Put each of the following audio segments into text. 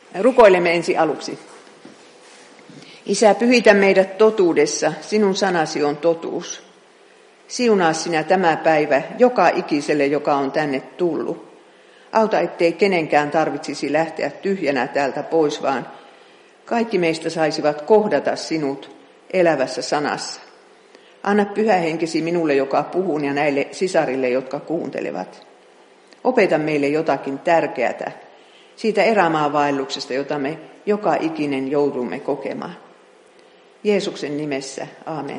Rukoilemme ensi aluksi. Isä, pyhitä meidät totuudessa, sinun sanasi on totuus. Siunaa sinä tämä päivä joka ikiselle, joka on tänne tullut. Auta, ettei kenenkään tarvitsisi lähteä tyhjänä täältä pois, vaan kaikki meistä saisivat kohdata sinut elävässä sanassa. Anna pyhä henkesi minulle, joka puhun, ja näille sisarille, jotka kuuntelevat. Opeta meille jotakin tärkeää siitä erämaavaelluksesta, jota me joka ikinen joudumme kokemaan. Jeesuksen nimessä, aamen.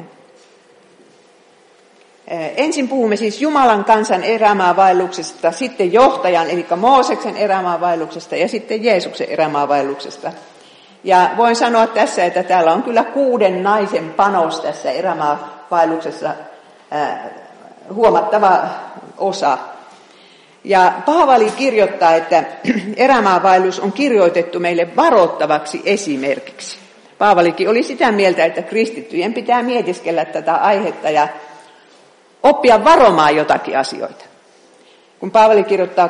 Ensin puhumme siis Jumalan kansan erämaavaelluksesta, sitten johtajan, eli Mooseksen erämaavaelluksesta ja sitten Jeesuksen erämaavaelluksesta. Ja voin sanoa tässä, että täällä on kyllä 6 naisen panos tässä erämaavaelluksessa huomattava osa. Ja Paavali kirjoittaa, että erämaavaellus on kirjoitettu meille varoittavaksi esimerkiksi. Paavalikin oli sitä mieltä, että kristittyjen pitää mietiskellä tätä aihetta ja oppia varomaan jotakin asioita. Kun Paavali kirjoittaa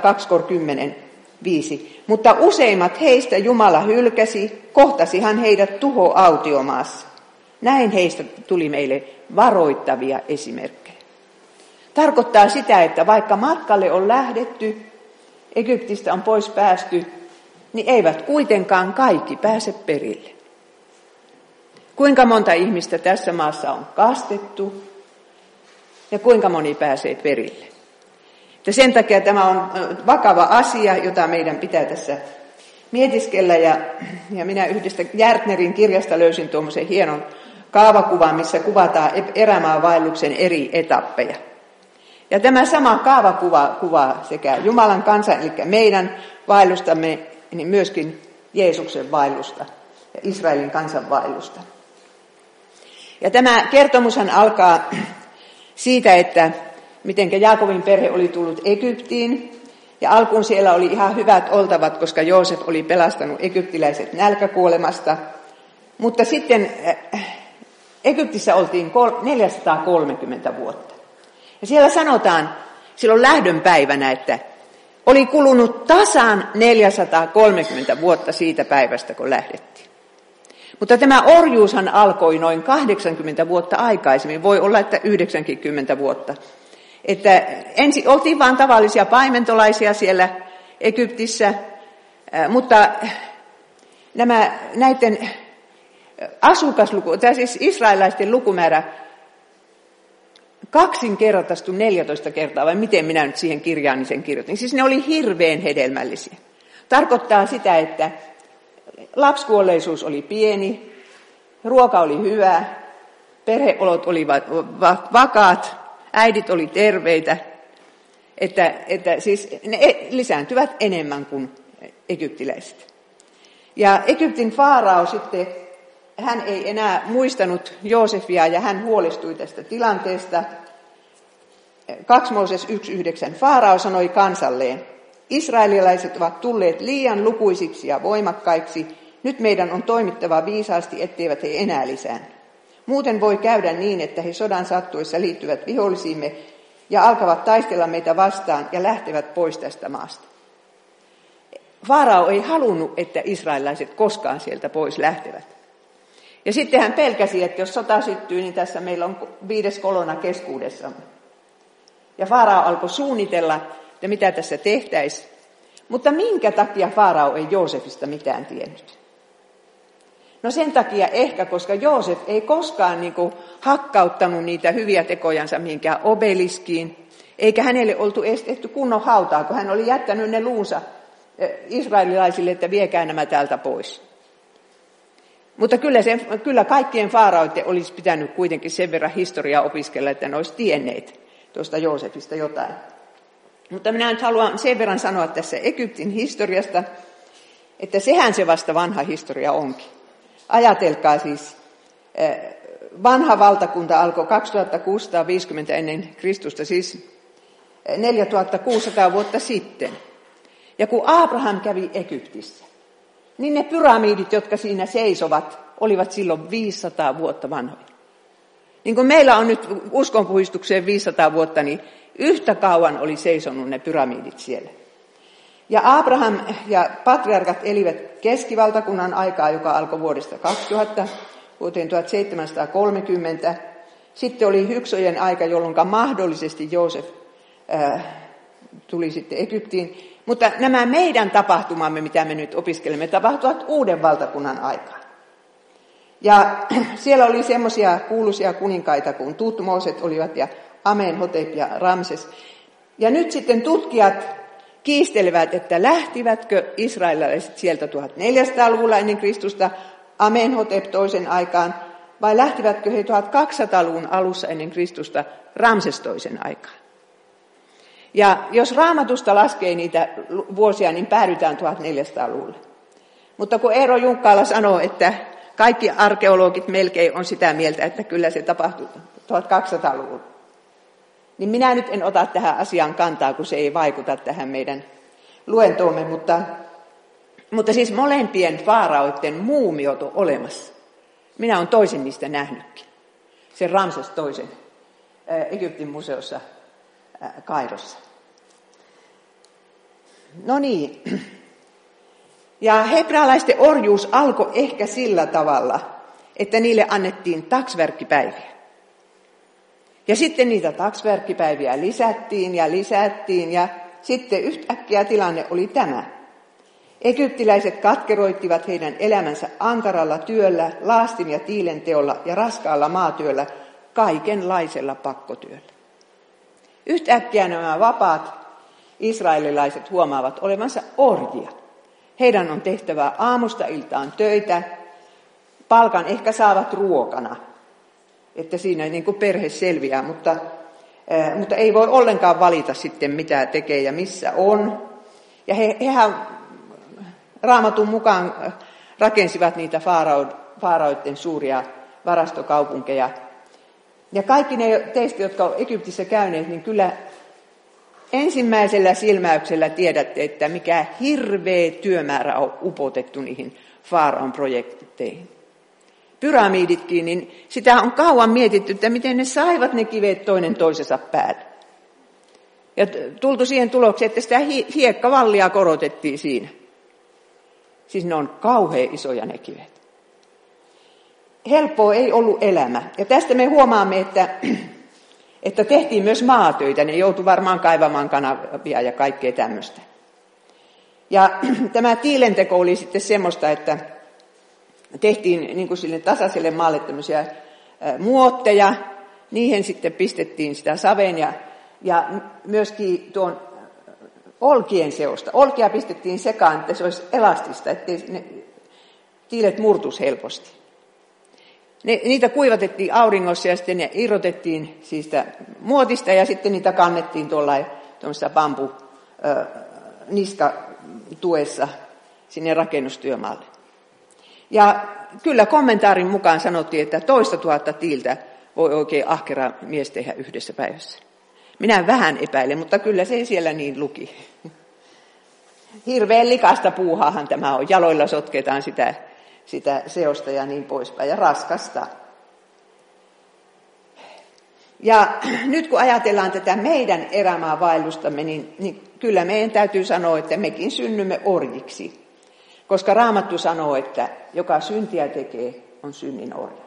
2:10:5, mutta useimmat heistä Jumala hylkäsi, kohtasihan heidät tuhoautiomaassa. Näin heistä tuli meille varoittavia esimerkkejä. Tarkoittaa sitä, että vaikka matkalle on lähdetty, Egyptistä on pois päästy, niin eivät kuitenkaan kaikki pääse perille. Kuinka monta ihmistä tässä maassa on kastettu ja kuinka moni pääsee perille. Ja sen takia tämä on vakava asia, jota meidän pitää tässä mietiskellä. Ja minä yhdestä Gärtnerin kirjasta löysin tuommoisen hienon kaavakuvan, missä kuvataan erämaavaelluksen eri etappeja. Ja tämä sama kaavakuva kuvaa sekä Jumalan kansan, eli meidän vaellustamme, niin myöskin Jeesuksen vaellusta ja Israelin kansan vaellusta. Ja tämä kertomushan alkaa siitä, että miten Jaakobin perhe oli tullut Egyptiin. Ja alkuun siellä oli ihan hyvät oltavat, koska Joosef oli pelastanut egyptiläiset nälkäkuolemasta. Mutta sitten Egyptissä oltiin 430 vuotta. Ja siellä sanotaan silloin lähdön päivänä, että oli kulunut tasan 430 vuotta siitä päivästä, kun lähdettiin. Mutta tämä orjuushan alkoi noin 80 vuotta aikaisemmin, voi olla, että 90 vuotta. Että ensin oltiin vain tavallisia paimentolaisia siellä Egyptissä, mutta näiden asukasluku, tai siis israelaisten lukumäärä kaksinkertaistui 14 kertaa, vai miten minä nyt siihen kirjaani sen kirjoitin. Siis ne oli hirveän hedelmällisiä. Tarkoittaa sitä, että lapsikuolleisuus oli pieni, ruoka oli hyvä, perheolot olivat vakaat, äidit oli terveitä, että siis ne lisääntyvät enemmän kuin egyptiläiset. Ja Egyptin faarao sitten, hän ei enää muistanut Joosefia ja hän huolestui tästä tilanteesta. 2 Mooses 1:9. Faarao sanoi kansalleen, israelilaiset ovat tulleet liian lukuisiksi ja voimakkaiksi, nyt meidän on toimittava viisaasti, etteivät he enää lisäänny. Muuten voi käydä niin, että he sodan sattuessa liittyvät vihollisiimme ja alkavat taistella meitä vastaan ja lähtevät pois tästä maasta. Faarao ei halunnut, että israelilaiset koskaan sieltä pois lähtevät. Ja sitten hän pelkäsi, että jos sota syttyy, niin tässä meillä on 5. kolona keskuudessamme. Ja Faarao alkoi suunnitella, että mitä tässä tehtäisiin. Mutta minkä takia Faarao ei Joosefista mitään tiennyt? No sen takia ehkä, koska Joosef ei koskaan hakkauttanut niitä hyviä tekojansa mihinkään obeliskiin, eikä hänelle oltu edes tehty kunnon hautaa, kun hän oli jättänyt ne luunsa israelilaisille, että viekää nämä täältä pois. Mutta kyllä kaikkien faaraoiden olisi pitänyt kuitenkin sen verran historiaa opiskella, että ne olisi tienneet tuosta Joosefista jotain. Mutta minä nyt haluan sen verran sanoa tässä Egyptin historiasta, että sehän se vasta vanha historia onkin. Ajatelkaa siis, vanha valtakunta alkoi 2650 ennen Kristusta, siis 4600 vuotta sitten. Ja kun Abraham kävi Egyptissä, niin ne pyramidit, jotka siinä seisovat, olivat silloin 500 vuotta vanhoja. Niin kuin meillä on nyt uskonpuhdistukseen 500 vuotta, niin yhtä kauan oli seisonut ne pyramidit siellä. Ja Abraham ja patriarkat elivät keskivaltakunnan aikaa, joka alkoi vuodesta 2000 vuoteen 1730. Sitten oli Hyksojen aika, jolloin mahdollisesti Joosef tuli sitten Egyptiin. Mutta nämä meidän tapahtumamme, mitä me nyt opiskelemme, tapahtuvat uuden valtakunnan aikaan. Ja siellä oli semmoisia kuuluisia kuninkaita kuin Tutmoset olivat ja Amenhotep ja Ramses. Ja nyt sitten tutkijat kiistelevät, että lähtivätkö israelilaiset sieltä 1400-luvulla ennen Kristusta Amenhotep toisen aikaan, vai lähtivätkö he 1200-luvun alussa ennen Kristusta Ramses toisen aikaan. Ja jos Raamatusta laskee niitä vuosia, niin päädytään 1400-luvulle. Mutta kun Eero Junkkaala sanoo, että kaikki arkeologit melkein on sitä mieltä, että kyllä se tapahtui 1200-luvulla, niin minä nyt en ota tähän asiaan kantaa, kun se ei vaikuta tähän meidän luentoomme, mutta siis molempien faaraoiden muumiot on olemassa. Minä olen toisen niistä nähnytkin. Se Ramses toisen Egyptin museossa Kairossa. No niin. Ja hebrealaisten orjuus alkoi ehkä sillä tavalla, että niille annettiin taksvärkkipäiviä. Ja sitten niitä taksvärkkipäiviä lisättiin ja sitten yhtäkkiä tilanne oli tämä. Egyptiläiset katkeroittivat heidän elämänsä ankaralla työllä, laastin ja tiilen teolla ja raskaalla maatyöllä, kaikenlaisella pakkotyöllä. Yhtäkkiä nämä vapaat israelilaiset huomaavat olevansa orjia. Heidän on tehtävä aamusta iltaan töitä, palkan ehkä saavat ruokana, että siinä niin kuin perhe selviää, mutta ei voi ollenkaan valita sitten mitä tekee ja missä on. Ja hehän Raamatun mukaan rakensivat niitä faaraoiden suuria varastokaupunkeja. Ja kaikki ne teistä, jotka ovat Egyptissä käyneet, niin kyllä ensimmäisellä silmäyksellä tiedätte, että mikä hirveä työmäärä on upotettu niihin faaraon projekteihin. Pyramiditkin, niin sitä on kauan mietitty, että miten ne saivat ne kivet toinen toisensa päälle. Ja tultu siihen tulokseen, että sitä hiekkavallia korotettiin siinä. Siis ne on kauhean isoja ne kivet. Helppoa ei ollut elämä. Ja tästä me huomaamme, että tehtiin myös maatöitä. Ne joutui varmaan kaivamaan kanavia ja kaikkea tämmöistä. Ja tämä tiilenteko oli sitten semmoista, että tehtiin niin kuin sille tasaiselle maalle tämmöisiä muotteja. Niihin sitten pistettiin sitä saveen ja myöskin tuon olkien seosta. Olkia pistettiin sekaan, että se olisi elastista, ettei ne tiilet murtuisi helposti. Niitä kuivatettiin auringossa ja sitten ne irrotettiin siitä muotista ja sitten niitä kannettiin tuollaisessa niskatuessa sinne rakennustyömaalle. Ja kyllä kommentaarin mukaan sanottiin, että 2 000 tiiltä voi oikein ahkera mies tehdä yhdessä päivässä. Minä vähän epäilen, mutta kyllä se siellä niin luki. Hirveän likasta puuhaahan tämä on. Jaloilla sotketaan sitä seosta ja niin poispäin. Ja raskasta. Ja nyt kun ajatellaan tätä meidän erämaavaellustamme, niin kyllä meidän täytyy sanoa, että mekin synnymme orjiksi. Koska Raamattu sanoo, että joka syntiä tekee, on synnin orja.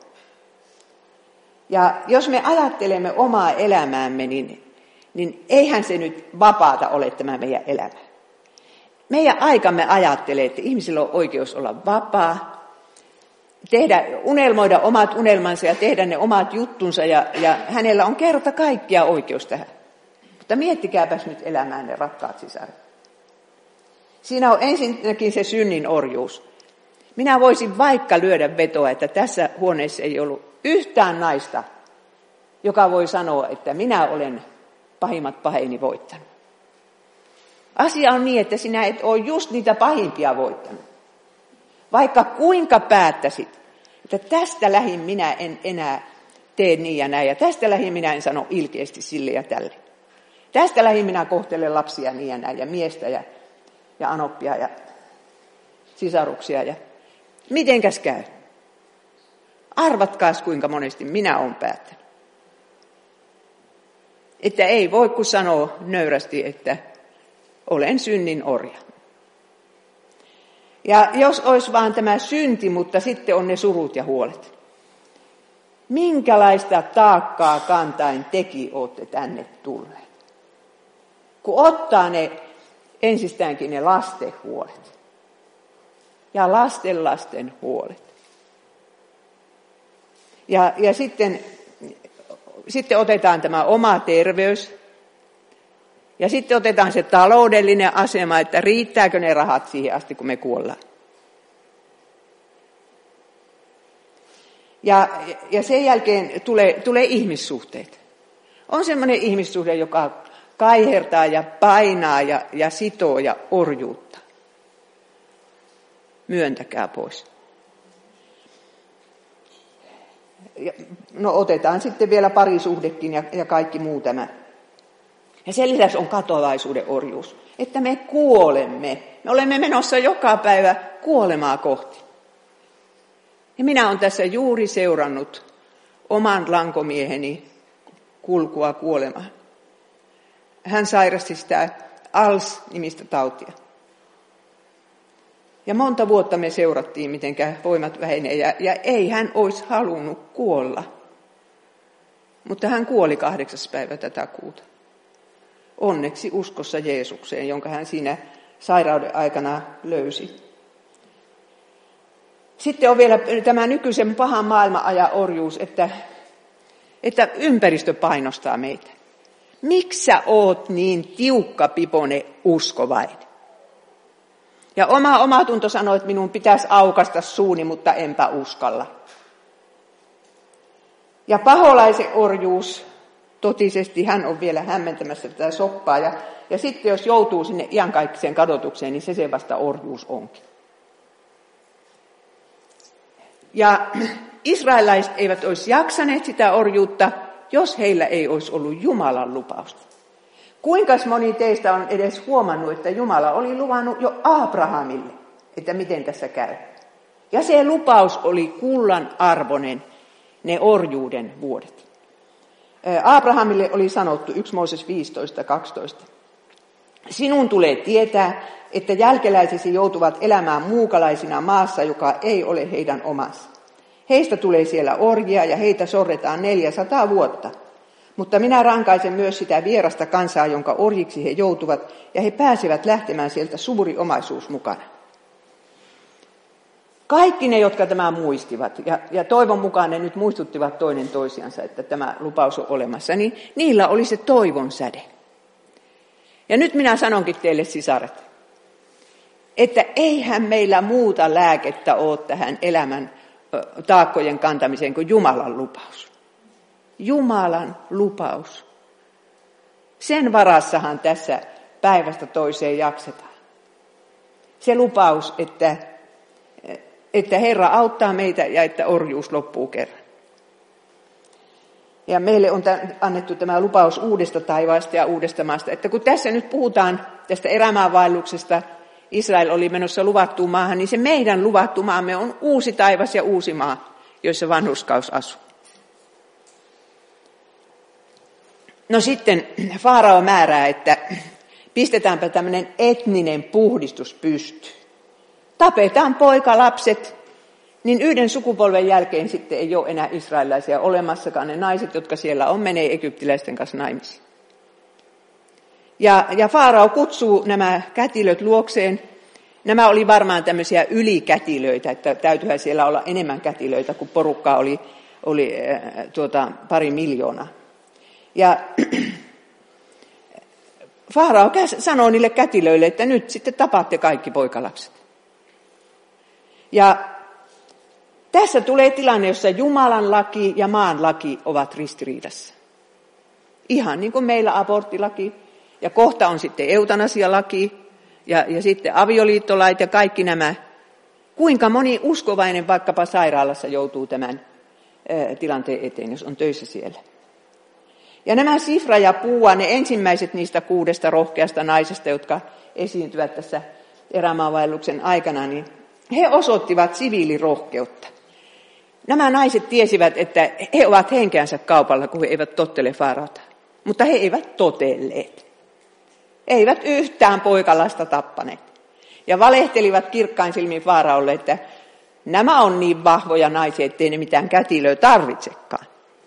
Ja jos me ajattelemme omaa elämäämme, niin eihän se nyt vapaata ole tämä meidän elämä. Meidän aikamme ajattelee, että ihmisillä on oikeus olla vapaa, unelmoida omat unelmansa ja tehdä ne omat juttunsa ja hänellä on kerta kaikkia oikeus tähän. Mutta miettikääpäs nyt elämäänne, rakkaat sisaret. Siinä on ensinnäkin se synnin orjuus. Minä voisin vaikka lyödä vetoa, että tässä huoneessa ei ollut yhtään naista, joka voi sanoa, että minä olen pahimmat paheini voittanut. Asia on niin, että sinä et ole just niitä pahimpia voittanut. Vaikka kuinka päättäisit, että tästä lähin minä en enää tee niin ja näin, ja tästä lähin minä en sano ilkeästi sille ja tälle. Tästä lähin minä kohtelen lapsia niin ja näin, ja miestä ja anoppia ja sisaruksia. Ja mitenkäs käy? Arvatkaas, kuinka monesti minä olen päättänyt. Että ei voi kun sanoa nöyrästi, että olen synnin orja. Ja jos olisi vaan tämä synti, mutta sitten on ne surut ja huolet. Minkälaista taakkaa kantain tekin olette tänne tulleet? Kun ottaa ne ensistäänkin ne lasten huolet ja lasten huolet. Ja sitten otetaan tämä oma terveys ja sitten otetaan se taloudellinen asema, että riittääkö ne rahat siihen asti, kun me kuollaan. Ja sen jälkeen tulee ihmissuhteet. On semmoinen ihmissuhde, joka kaihertaa ja painaa ja sitoo ja orjuutta. Myöntäkää pois. No otetaan sitten vielä parisuhdekin ja kaikki muu tämä. Ja sen lisäksi on katoavaisuuden orjuus, että me kuolemme. Me olemme menossa joka päivä kuolemaa kohti. Ja minä olen tässä juuri seurannut oman lankomieheni kulkua kuolemaan. Hän sairasti sitä ALS-nimistä tautia. Ja monta vuotta me seurattiin, miten voimat vähenee, ja ei hän olisi halunnut kuolla. Mutta hän kuoli 8. päivä tätä kuuta. Onneksi uskossa Jeesukseen, jonka hän siinä sairauden aikana löysi. Sitten on vielä tämä nykyisen pahan maailmanajan orjuus, että ympäristö painostaa meitä. Miksi sä oot niin tiukkapipone uskovainen? Ja omatunto sanoo, että minun pitäisi aukaista suuni, mutta enpä uskalla. Ja paholaisen orjuus, totisesti hän on vielä hämmentämässä tätä soppaa. Ja sitten jos joutuu sinne iankaikkiseen kadotukseen, niin se vasta orjuus onkin. Ja israelilaiset eivät olisi jaksaneet sitä orjuutta, jos heillä ei olisi ollut Jumalan lupausta. Kuinka moni teistä on edes huomannut, että Jumala oli luvannut jo Abrahamille, että miten tässä käy. Ja se lupaus oli kullan arvoinen, ne orjuuden vuodet. Abrahamille oli sanottu 1 Mooses 15:12. Sinun tulee tietää, että jälkeläisesi joutuvat elämään muukalaisina maassa, joka ei ole heidän omansa. Heistä tulee siellä orjia ja heitä sorretaan 400 vuotta. Mutta minä rankaisen myös sitä vierasta kansaa, jonka orjiksi he joutuvat, ja he pääsevät lähtemään sieltä suuri omaisuus mukana. Kaikki ne, jotka tämän muistivat, ja toivon mukaan ne nyt muistuttivat toinen toisiansa, että tämä lupaus on olemassa, niin niillä oli se toivon säde. Ja nyt minä sanonkin teille, sisaret, että eihän meillä muuta lääkettä ole tähän elämän taakkojen kantamiseen kuin Jumalan lupaus. Jumalan lupaus. Sen varassahan tässä päivästä toiseen jaksetaan. Se lupaus, että Herra auttaa meitä ja että orjuus loppuu kerran. Ja meille on annettu tämä lupaus uudesta taivaasta ja uudesta maasta. Että kun tässä nyt puhutaan tästä erämaanvaelluksesta, Israel oli menossa luvattuun maahan, niin se meidän luvattu maamme on uusi taivas ja uusi maa, joissa vanhurskaus asuu. No sitten Faarao määrää, että pistetäänpä tämmöinen etninen puhdistus pystyyn. Tapetaan poikalapset, niin yhden sukupolven jälkeen sitten ei ole enää israelilaisia olemassakaan. Ne naiset, jotka siellä on, menee egyptiläisten kanssa naimisiin. Ja Faarao kutsuu nämä kätilöt luokseen. Nämä oli varmaan tämmöisiä ylikätilöitä, että täytyyhän siellä olla enemmän kätilöitä, kun porukkaa oli 2 miljoonaa. Ja Faarao sanoo niille kätilöille, että nyt sitten tapaatte kaikki poikalapset. Ja tässä tulee tilanne, jossa Jumalan laki ja maan laki ovat ristiriidassa. Ihan niin kuin meillä aborttilaki ja kohta on sitten eutanasialaki ja sitten avioliittolait ja kaikki nämä. Kuinka moni uskovainen vaikkapa sairaalassa joutuu tämän tilanteen eteen, jos on töissä siellä. Ja nämä Sifra ja Puua, ne ensimmäiset niistä 6 rohkeasta naisesta, jotka esiintyvät tässä erämaanvaelluksen aikana, niin he osoittivat siviilirohkeutta. Nämä naiset tiesivät, että he ovat henkeänsä kaupalla, kun he eivät tottele Faaraota. Mutta he eivät totelleet. Eivät yhtään poikalasta tappaneet. Ja valehtelivat kirkkain silmin Faaraolle, että nämä on niin vahvoja naisia, ettei ne mitään kätilöä tarvitsekaan.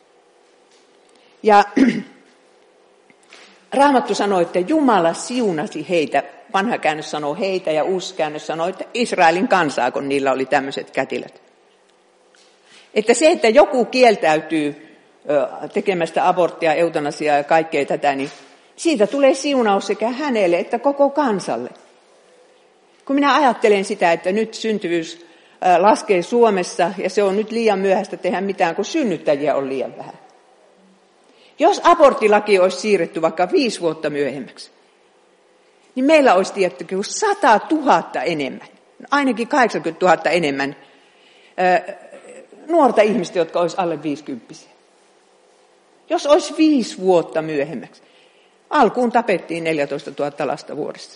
Ja Raamattu sanoo, että Jumala siunasi heitä. Vanha käännös sanoo heitä ja uusi käännös sanoo, että Israelin kansaa, kun niillä oli tämmöiset kätilöt. Että se, että joku kieltäytyy tekemästä aborttia, eutanasiaa ja kaikkea tätä, niin siitä tulee siunaus sekä hänelle että koko kansalle. Kun minä ajattelen sitä, että nyt syntyvyys laskee Suomessa ja se on nyt liian myöhäistä tehdä mitään, kun synnyttäjiä on liian vähän. Jos aborttilaki olisi siirretty vaikka 5 vuotta myöhemmäksi, niin meillä olisi tietty 100 000 enemmän, ainakin 80 000 enemmän nuorta ihmistä, jotka olisi alle 50. Jos olisi 5 vuotta myöhemmäksi. Alkuun tapettiin 14 000 lasta vuodessa.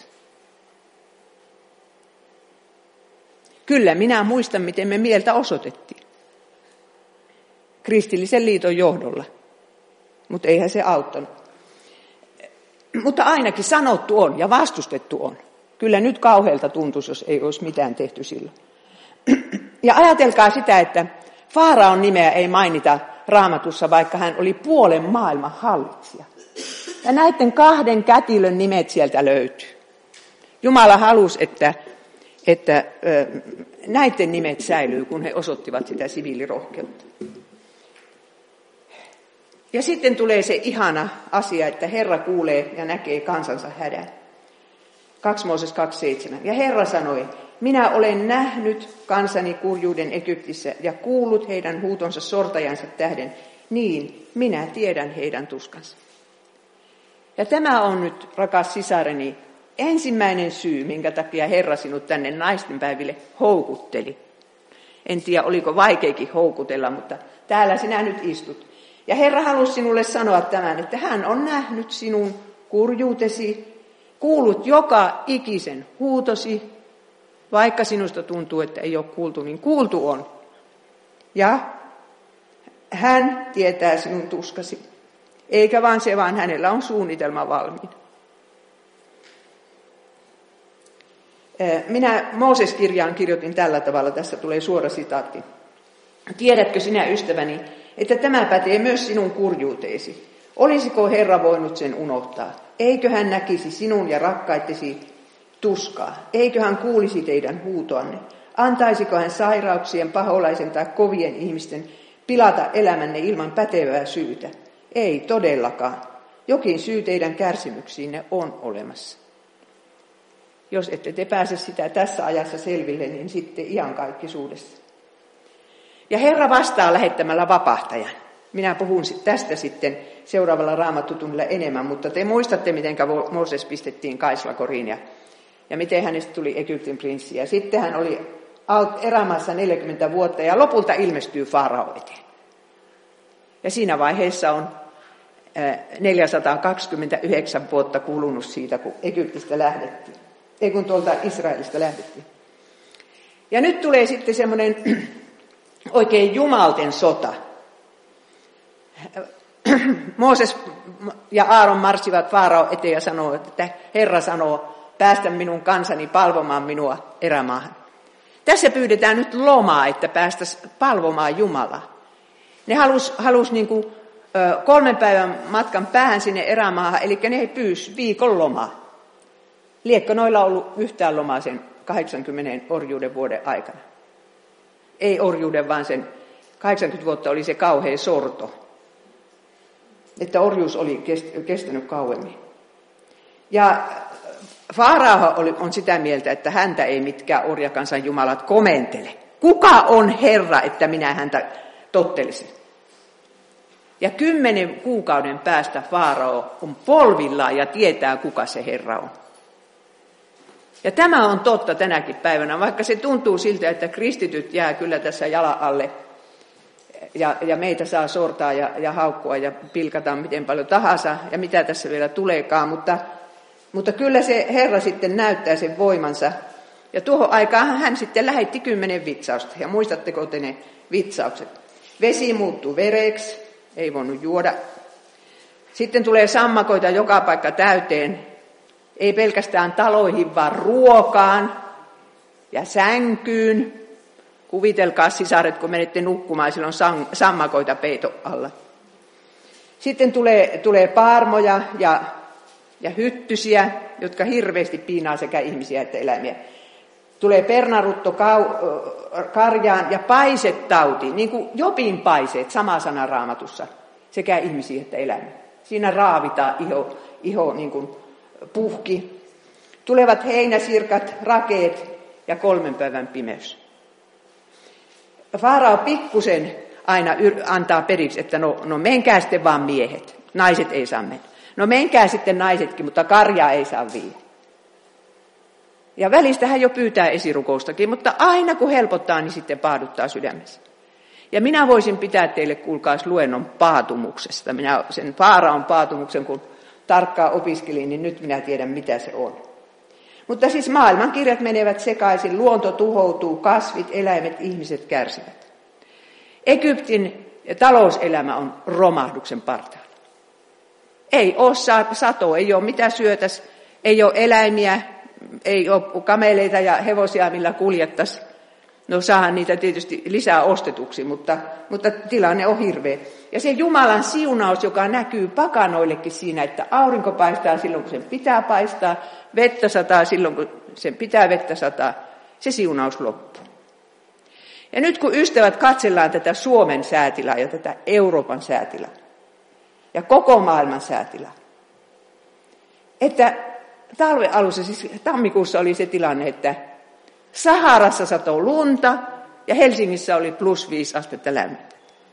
Kyllä, minä muistan, miten me mieltä osoitettiin. Kristillisen liiton johdolla. Mutta eihän se auttanut. Mutta ainakin sanottu on ja vastustettu on. Kyllä nyt kauhealta tuntuisi, jos ei olisi mitään tehty silloin. Ja ajatelkaa sitä, että Faaraon nimeä ei mainita Raamatussa, vaikka hän oli puolen maailman hallitsija. Ja näiden 2 kätilön nimet sieltä löytyy. Jumala halusi, että näiden nimet säilyy, kun he osoittivat sitä siviilirohkeutta. Ja sitten tulee se ihana asia, että Herra kuulee ja näkee kansansa hädän. 2 Mooses 2.7. Ja Herra sanoi, minä olen nähnyt kansani kurjuuden Egyptissä ja kuullut heidän huutonsa sortajansa tähden, niin minä tiedän heidän tuskansa. Ja tämä on nyt, rakas sisareni, ensimmäinen syy, minkä takia Herra sinut tänne naistenpäiville houkutteli. En tiedä, oliko vaikeakin houkutella, mutta täällä sinä nyt istut. Ja Herra halusi sinulle sanoa tämän, että hän on nähnyt sinun kurjuutesi, kuullut joka ikisen huutosi, vaikka sinusta tuntuu, että ei ole kuultu, niin kuultu on. Ja hän tietää sinun tuskasi, eikä vaan se, vaan hänellä on suunnitelma valmiina. Minä Mooses-kirjaan kirjoitin tällä tavalla, tässä tulee suora sitaatti. Tiedätkö sinä, ystäväni, että tämä pätee myös sinun kurjuuteesi? Olisiko Herra voinut sen unohtaa? Eikö hän näkisi sinun ja rakkaittesi tuskaa? Eikö hän kuulisi teidän huutoanne? Antaisiko hän sairauksien, paholaisen tai kovien ihmisten pilata elämänne ilman pätevää syytä? Ei todellakaan. Jokin syy teidän kärsimyksiinne on olemassa. Jos ette te pääse sitä tässä ajassa selville, niin sitten iankaikkisuudessa. Ja Herra vastaa lähettämällä vapahtajan. Minä puhun tästä sitten seuraavalla raamattutunnilla enemmän, mutta te muistatte, miten Mooses pistettiin kaislakoriin ja miten hänestä tuli Egyptin prinssi. Ja sitten hän oli erämaassa 40 vuotta ja lopulta ilmestyy Faarao eteen. Ja siinä vaiheessa on 429 vuotta kulunut siitä, kun Egyptistä lähdettiin. Ei kun tuolta Israelista lähdettiin. Ja nyt tulee sitten semmoinen oikein jumalten sota. Mooses ja Aaron marssivat Faarao eteen ja sanoo, että Herra sanoo, päästä minun kansani palvomaan minua erämaahan. Tässä pyydetään nyt lomaa, että päästäisiin palvomaan Jumalaa. Ne halus niin kuin 3 päivän matkan päähän sinne erämaahan, eli ne pyysi viikon lomaa. Liekö noilla ollut yhtään lomaa sen 80 orjuuden vuoden aikana? Ei orjuuden, vaan sen 80 vuotta oli se kauhea sorto. Että orjuus oli kestänyt kauemmin. Ja Faarao on sitä mieltä, että häntä ei mitkään orjakansan jumalat komentele. Kuka on Herra, että minä häntä tottelisin? Ja 10 kuukauden päästä Faarao on polvillaan ja tietää, kuka se Herra on. Ja tämä on totta tänäkin päivänä, vaikka se tuntuu siltä, että kristityt jää kyllä tässä jalan alle. Ja meitä saa sortaa ja haukkua ja pilkata miten paljon tahansa ja mitä tässä vielä tuleekaan. Mutta kyllä se Herra sitten näyttää sen voimansa. Ja tuohon aikaan hän sitten lähetti 10 vitsausta. Ja muistatteko te ne vitsaukset? Vesi muuttui vereksi, ei voinut juoda. Sitten tulee sammakoita joka paikka täyteen. Ei pelkästään taloihin, vaan ruokaan. ja sänkyyn. Kuvitelkaa sisaret, kun menette nukkumaan, silloin sammakoita peito alla. Sitten tulee paarmoja ja hyttysiä, jotka hirveästi piinaa sekä ihmisiä että eläimiä. Tulee pernarutto karjaan ja paisetauti, niin kuin Jobin paiseet, sama sana Raamatussa, sekä ihmisiä että eläimiä. Siinä raavitaan iho niin kuin puhki. Tulevat heinäsirkat, rakeet ja 3 päivän pimeys. Faarao pikkusen aina antaa periksi, että no menkää sitten vaan miehet, naiset ei saa mennä. No menkää sitten naisetkin, mutta karjaa ei saa viedä. Ja välistä hän jo pyytää esirukoustakin, mutta aina kun helpottaa, niin sitten paaduttaa sydämessä. Ja minä voisin pitää teille, kuulkaas, luennon paatumuksesta. Minä sen Faaraon paatumuksen, kun tarkkaan opiskelin, niin nyt minä tiedän, mitä se on. Mutta siis maailmankirjat menevät sekaisin, luonto tuhoutuu, kasvit, eläimet, ihmiset kärsivät. Egyptin talouselämä on romahduksen partaalla. Ei ole satoa, ei ole mitä syötäisi, ei ole eläimiä, ei ole kameleita ja hevosia, millä kuljettaisiin. No saadaan niitä tietysti lisää ostetuksi, mutta tilanne on hirveä. Ja se Jumalan siunaus, joka näkyy pakanoillekin siinä, että aurinko paistaa silloin, kun sen pitää paistaa, vettä sataa silloin, kun sen pitää vettä sataa, se siunaus loppuu. Ja nyt kun ystävät katsellaan tätä Suomen säätilaa ja tätä Euroopan säätilaa ja koko maailman säätilaa, että talven alussa, siis tammikuussa oli se tilanne, että Saharassa satoi lunta ja Helsingissä oli +5 astetta lämmintä.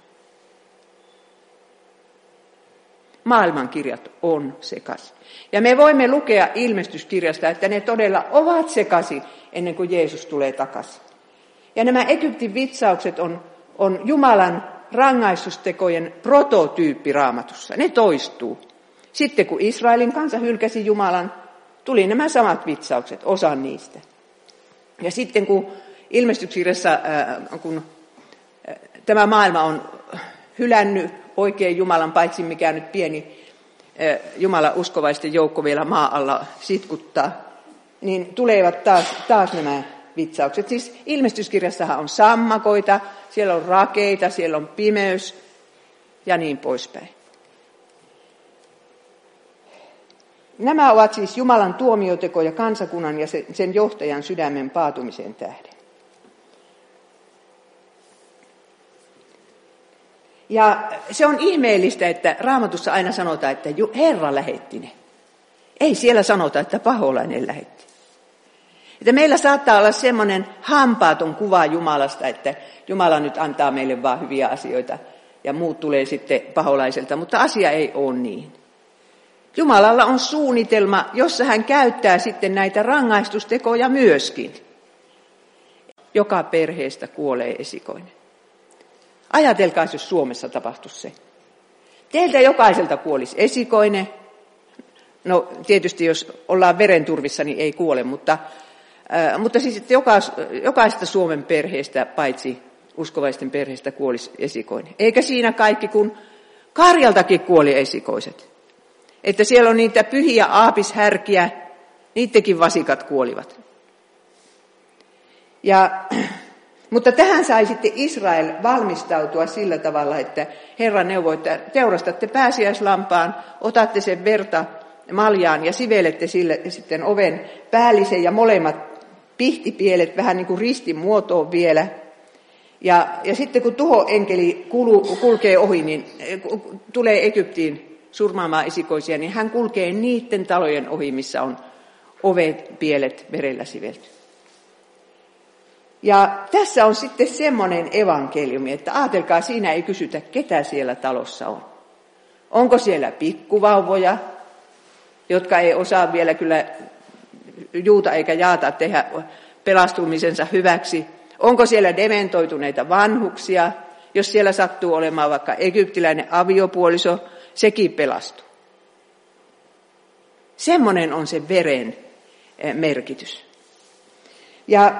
Maailmankirjat on sekaisin. Ja me voimme lukea ilmestyskirjasta, että ne todella ovat sekaisin ennen kuin Jeesus tulee takaisin. Ja nämä Egyptin vitsaukset on Jumalan rangaistustekojen prototyyppi Raamatussa. Ne toistuu. Sitten kun Israelin kansa hylkäsi Jumalan, tuli nämä samat vitsaukset, osa niistä. Ja sitten kun ilmestyskirjassa, kun tämä maailma on hylännyt oikein Jumalan, paitsi mikä nyt pieni Jumalan uskovaisten joukko vielä maa alla sitkuttaa, niin tulevat taas nämä vitsaukset. Siis ilmestyskirjassahan on sammakoita, siellä on rakeita, siellä on pimeys ja niin poispäin. Nämä ovat siis Jumalan tuomiotekoja kansakunnan ja sen johtajan sydämen paatumisen tähden. Ja se on ihmeellistä, että Raamatussa aina sanotaan, että Herra lähetti ne. Ei siellä sanota, että paholainen lähetti. Että meillä saattaa olla semmoinen hampaaton kuva Jumalasta, että Jumala nyt antaa meille vaan hyviä asioita ja muut tulee sitten paholaiselta, mutta asia ei ole niin. Jumalalla on suunnitelma, jossa hän käyttää sitten näitä rangaistustekoja myöskin. Joka perheestä kuolee esikoinen. Ajatelkaa, jos Suomessa tapahtuisi se. Teiltä jokaiselta kuolisi esikoinen. No tietysti jos ollaan verenturvissa, niin ei kuole, mutta siis että jokaisesta Suomen perheestä, paitsi uskovaisten perheestä, kuolisi esikoinen. Eikä siinä kaikki, kun karjaltakin kuoli esikoiset. Että siellä on niitä pyhiä aapishärkiä, niidenkin vasikat kuolivat. Mutta tähän sai sitten Israel valmistautua sillä tavalla, että Herra neuvoi, että teurastatte pääsiäislampaan, otatte sen verta maljaan ja sivelette sille sitten oven päällisen ja molemmat pihtipielet vähän niin kuin ristin muotoon vielä. Ja sitten kun tuhoenkeli kulkee ohi, niin tulee Egyptiin surmaamaan esikoisia, niin hän kulkee niiden talojen ohi, missä on ovet, pielet verellä sivelty. Ja tässä on sitten semmoinen evankeliumi, että ajatelkaa, siinä ei kysytä, ketä siellä talossa on. Onko siellä pikkuvauvoja, jotka ei osaa vielä kyllä juuta eikä jaata tehdä pelastumisensa hyväksi? Onko siellä dementoituneita vanhuksia? Jos siellä sattuu olemaan vaikka egyptiläinen aviopuoliso, sekin pelastuu. Semmoinen on se veren merkitys. Ja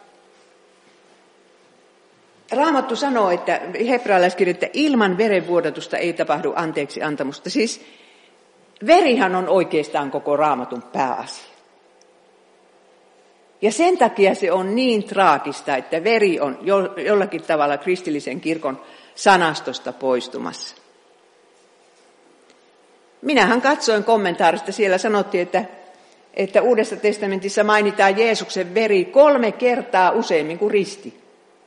Raamattu sanoo, että hebrealaiskirja, että ilman verenvuodatusta ei tapahdu anteeksi antamusta. Siis verihan on oikeastaan koko Raamatun pääasia. Ja sen takia se on niin traagista, että veri on jollakin tavalla kristillisen kirkon sanastosta poistumassa. Minähän katsoin kommentaarista, siellä sanottiin, että Uudessa testamentissa mainitaan Jeesuksen veri 3 kertaa useammin kuin risti.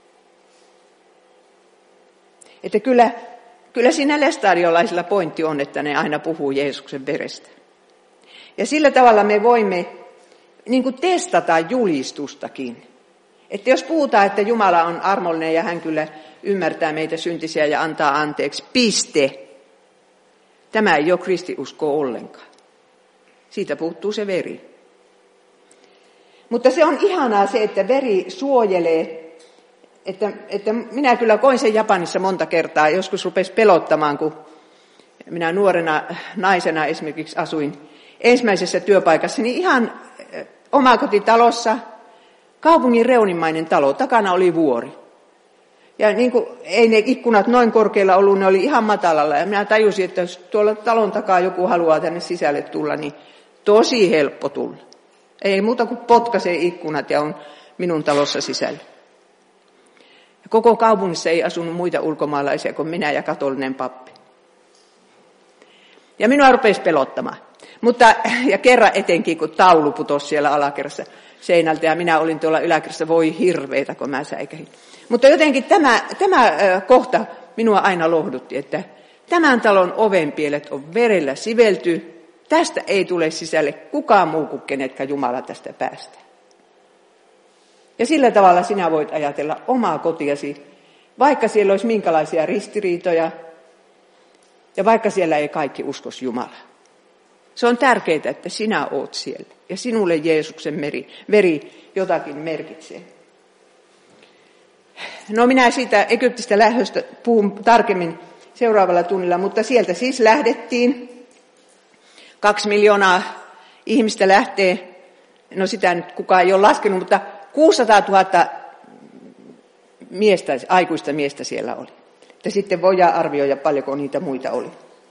Että kyllä siinä lestadiolaisilla pointti on, että ne aina puhuu Jeesuksen verestä. Ja sillä tavalla me voimme niin kuin testata julistustakin. Että jos puhutaan, että Jumala on armollinen ja hän kyllä ymmärtää meitä syntisiä ja antaa anteeksi, piste. Tämä ei ole kristiuskoa ollenkaan. Siitä puuttuu se veri. Mutta se on ihanaa se, että veri suojelee. Että minä kyllä koin sen Japanissa monta kertaa. Joskus rupesi pelottamaan, kun minä nuorena naisena esimerkiksi asuin ensimmäisessä työpaikassa, niin ihan omakotitalossa, kaupungin reunimmainen talo, takana oli vuori. Ja niin kuin ei ne ikkunat noin korkealla ollut, ne oli ihan matalalla. Ja minä tajusin, että jos tuolla talon takaa joku haluaa tänne sisälle tulla, niin tosi helppo tulla. Ei muuta kuin potkaisee ikkunat ja on minun talossa sisällä. Ja koko kaupungissa ei asunut muita ulkomaalaisia kuin minä ja katolinen pappi. Ja minua rupesi pelottamaan. Ja kerran etenkin, kun taulu putosi siellä alakerrassa seinältä ja minä olin tuolla yläkerrassa, voi hirveitä, kun mä säikähin. Mutta jotenkin tämä kohta minua aina lohdutti, että tämän talon ovenpielet on verellä sivelty. Tästä ei tule sisälle kukaan muu kuin kenetkään Jumala tästä päästä. Ja sillä tavalla sinä voit ajatella omaa kotiasi, vaikka siellä olisi minkälaisia ristiriitoja ja vaikka siellä ei kaikki uskoisi Jumalaa. Se on tärkeää, että sinä oot siellä ja sinulle Jeesuksen veri jotakin merkitsee. No minä siitä Egyptistä lähdöstä puhun tarkemmin seuraavalla tunnilla, mutta sieltä siis lähdettiin. 2 miljoonaa ihmistä lähtee, no sitä nyt kukaan ei ole laskenut, mutta 600 000 aikuista miestä siellä oli. Ja sitten voidaan arvioida paljonko niitä muita oli.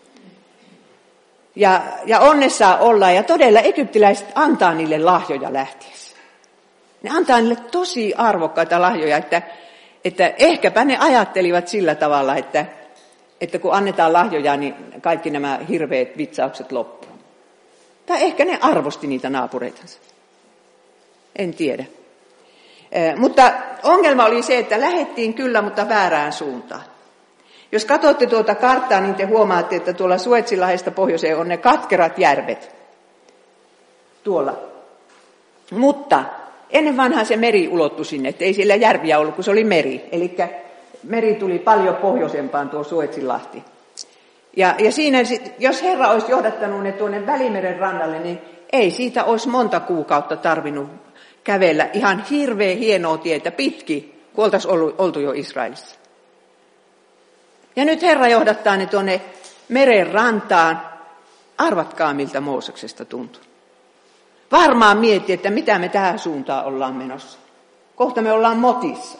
Ja onnessaan ollaan, ja todella egyptiläiset antaa niille lahjoja lähtiessä. Ne antaa niille tosi arvokkaita lahjoja, että ehkäpä ne ajattelivat sillä tavalla, että kun annetaan lahjoja, niin kaikki nämä hirveät vitsaukset loppuu. Tai ehkä ne arvosti niitä naapureitansa. En tiedä. Mutta ongelma oli se, että lähdettiin kyllä, mutta väärään suuntaan. Jos katsotte tuota karttaa, niin te huomaatte, että tuolla Suetsinlahdesta pohjoiseen on ne katkerat järvet. Tuolla. Mutta ennen vanhaa se meri ulottui sinne, että ei siellä järviä ollut, kun se oli meri. Eli meri tuli paljon pohjoisempaan tuo Suetsinlahti. Ja siinä, jos Herra olisi johdattanut ne tuonne Välimeren rannalle, niin ei siitä olisi monta kuukautta tarvinnut kävellä ihan hirveän hienoa tietä pitkin, kun oltaisiin oltu jo Israelissa. Ja nyt Herra johdattaa ne tuonne meren rantaan. Arvatkaa, miltä Mooseksesta tuntuu. Varmaan mietti, että mitä me tähän suuntaan ollaan menossa. Kohta me ollaan motissa.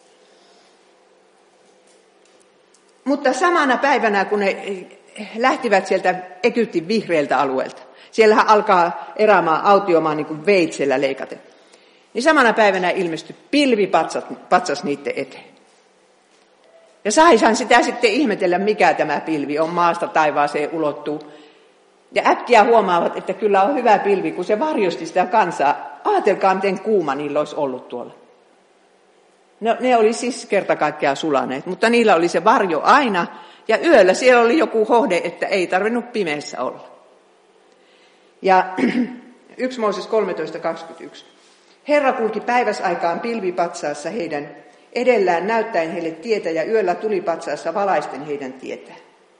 Mutta samana päivänä, kun ne lähtivät sieltä Egyptin vihreältä alueelta, siellähän alkaa erämaa autiomaan niin kuin veitsellä leikaten, niin samana päivänä ilmestyi pilvipatsas niiden eteen. Ja saihan sitä sitten ihmetellä, mikä tämä pilvi on, maasta taivaaseen ulottuu. Ja äkkiä huomaavat, että kyllä on hyvä pilvi, kun se varjosti sitä kansaa. Aatelkaa, miten kuuma niillä olisi ollut tuolla. No, ne oli siis kerta kaikkiaan sulaneet, mutta niillä oli se varjo aina. Ja yöllä siellä oli joku hohde, että ei tarvinnut pimeässä olla. Ja 1 Mooses 13.21. Herra kulki päiväsaikaan pilvipatsaassa heidän edellään näyttäen heille tietä ja yöllä tulipatsaassa valaisten heidän tietään.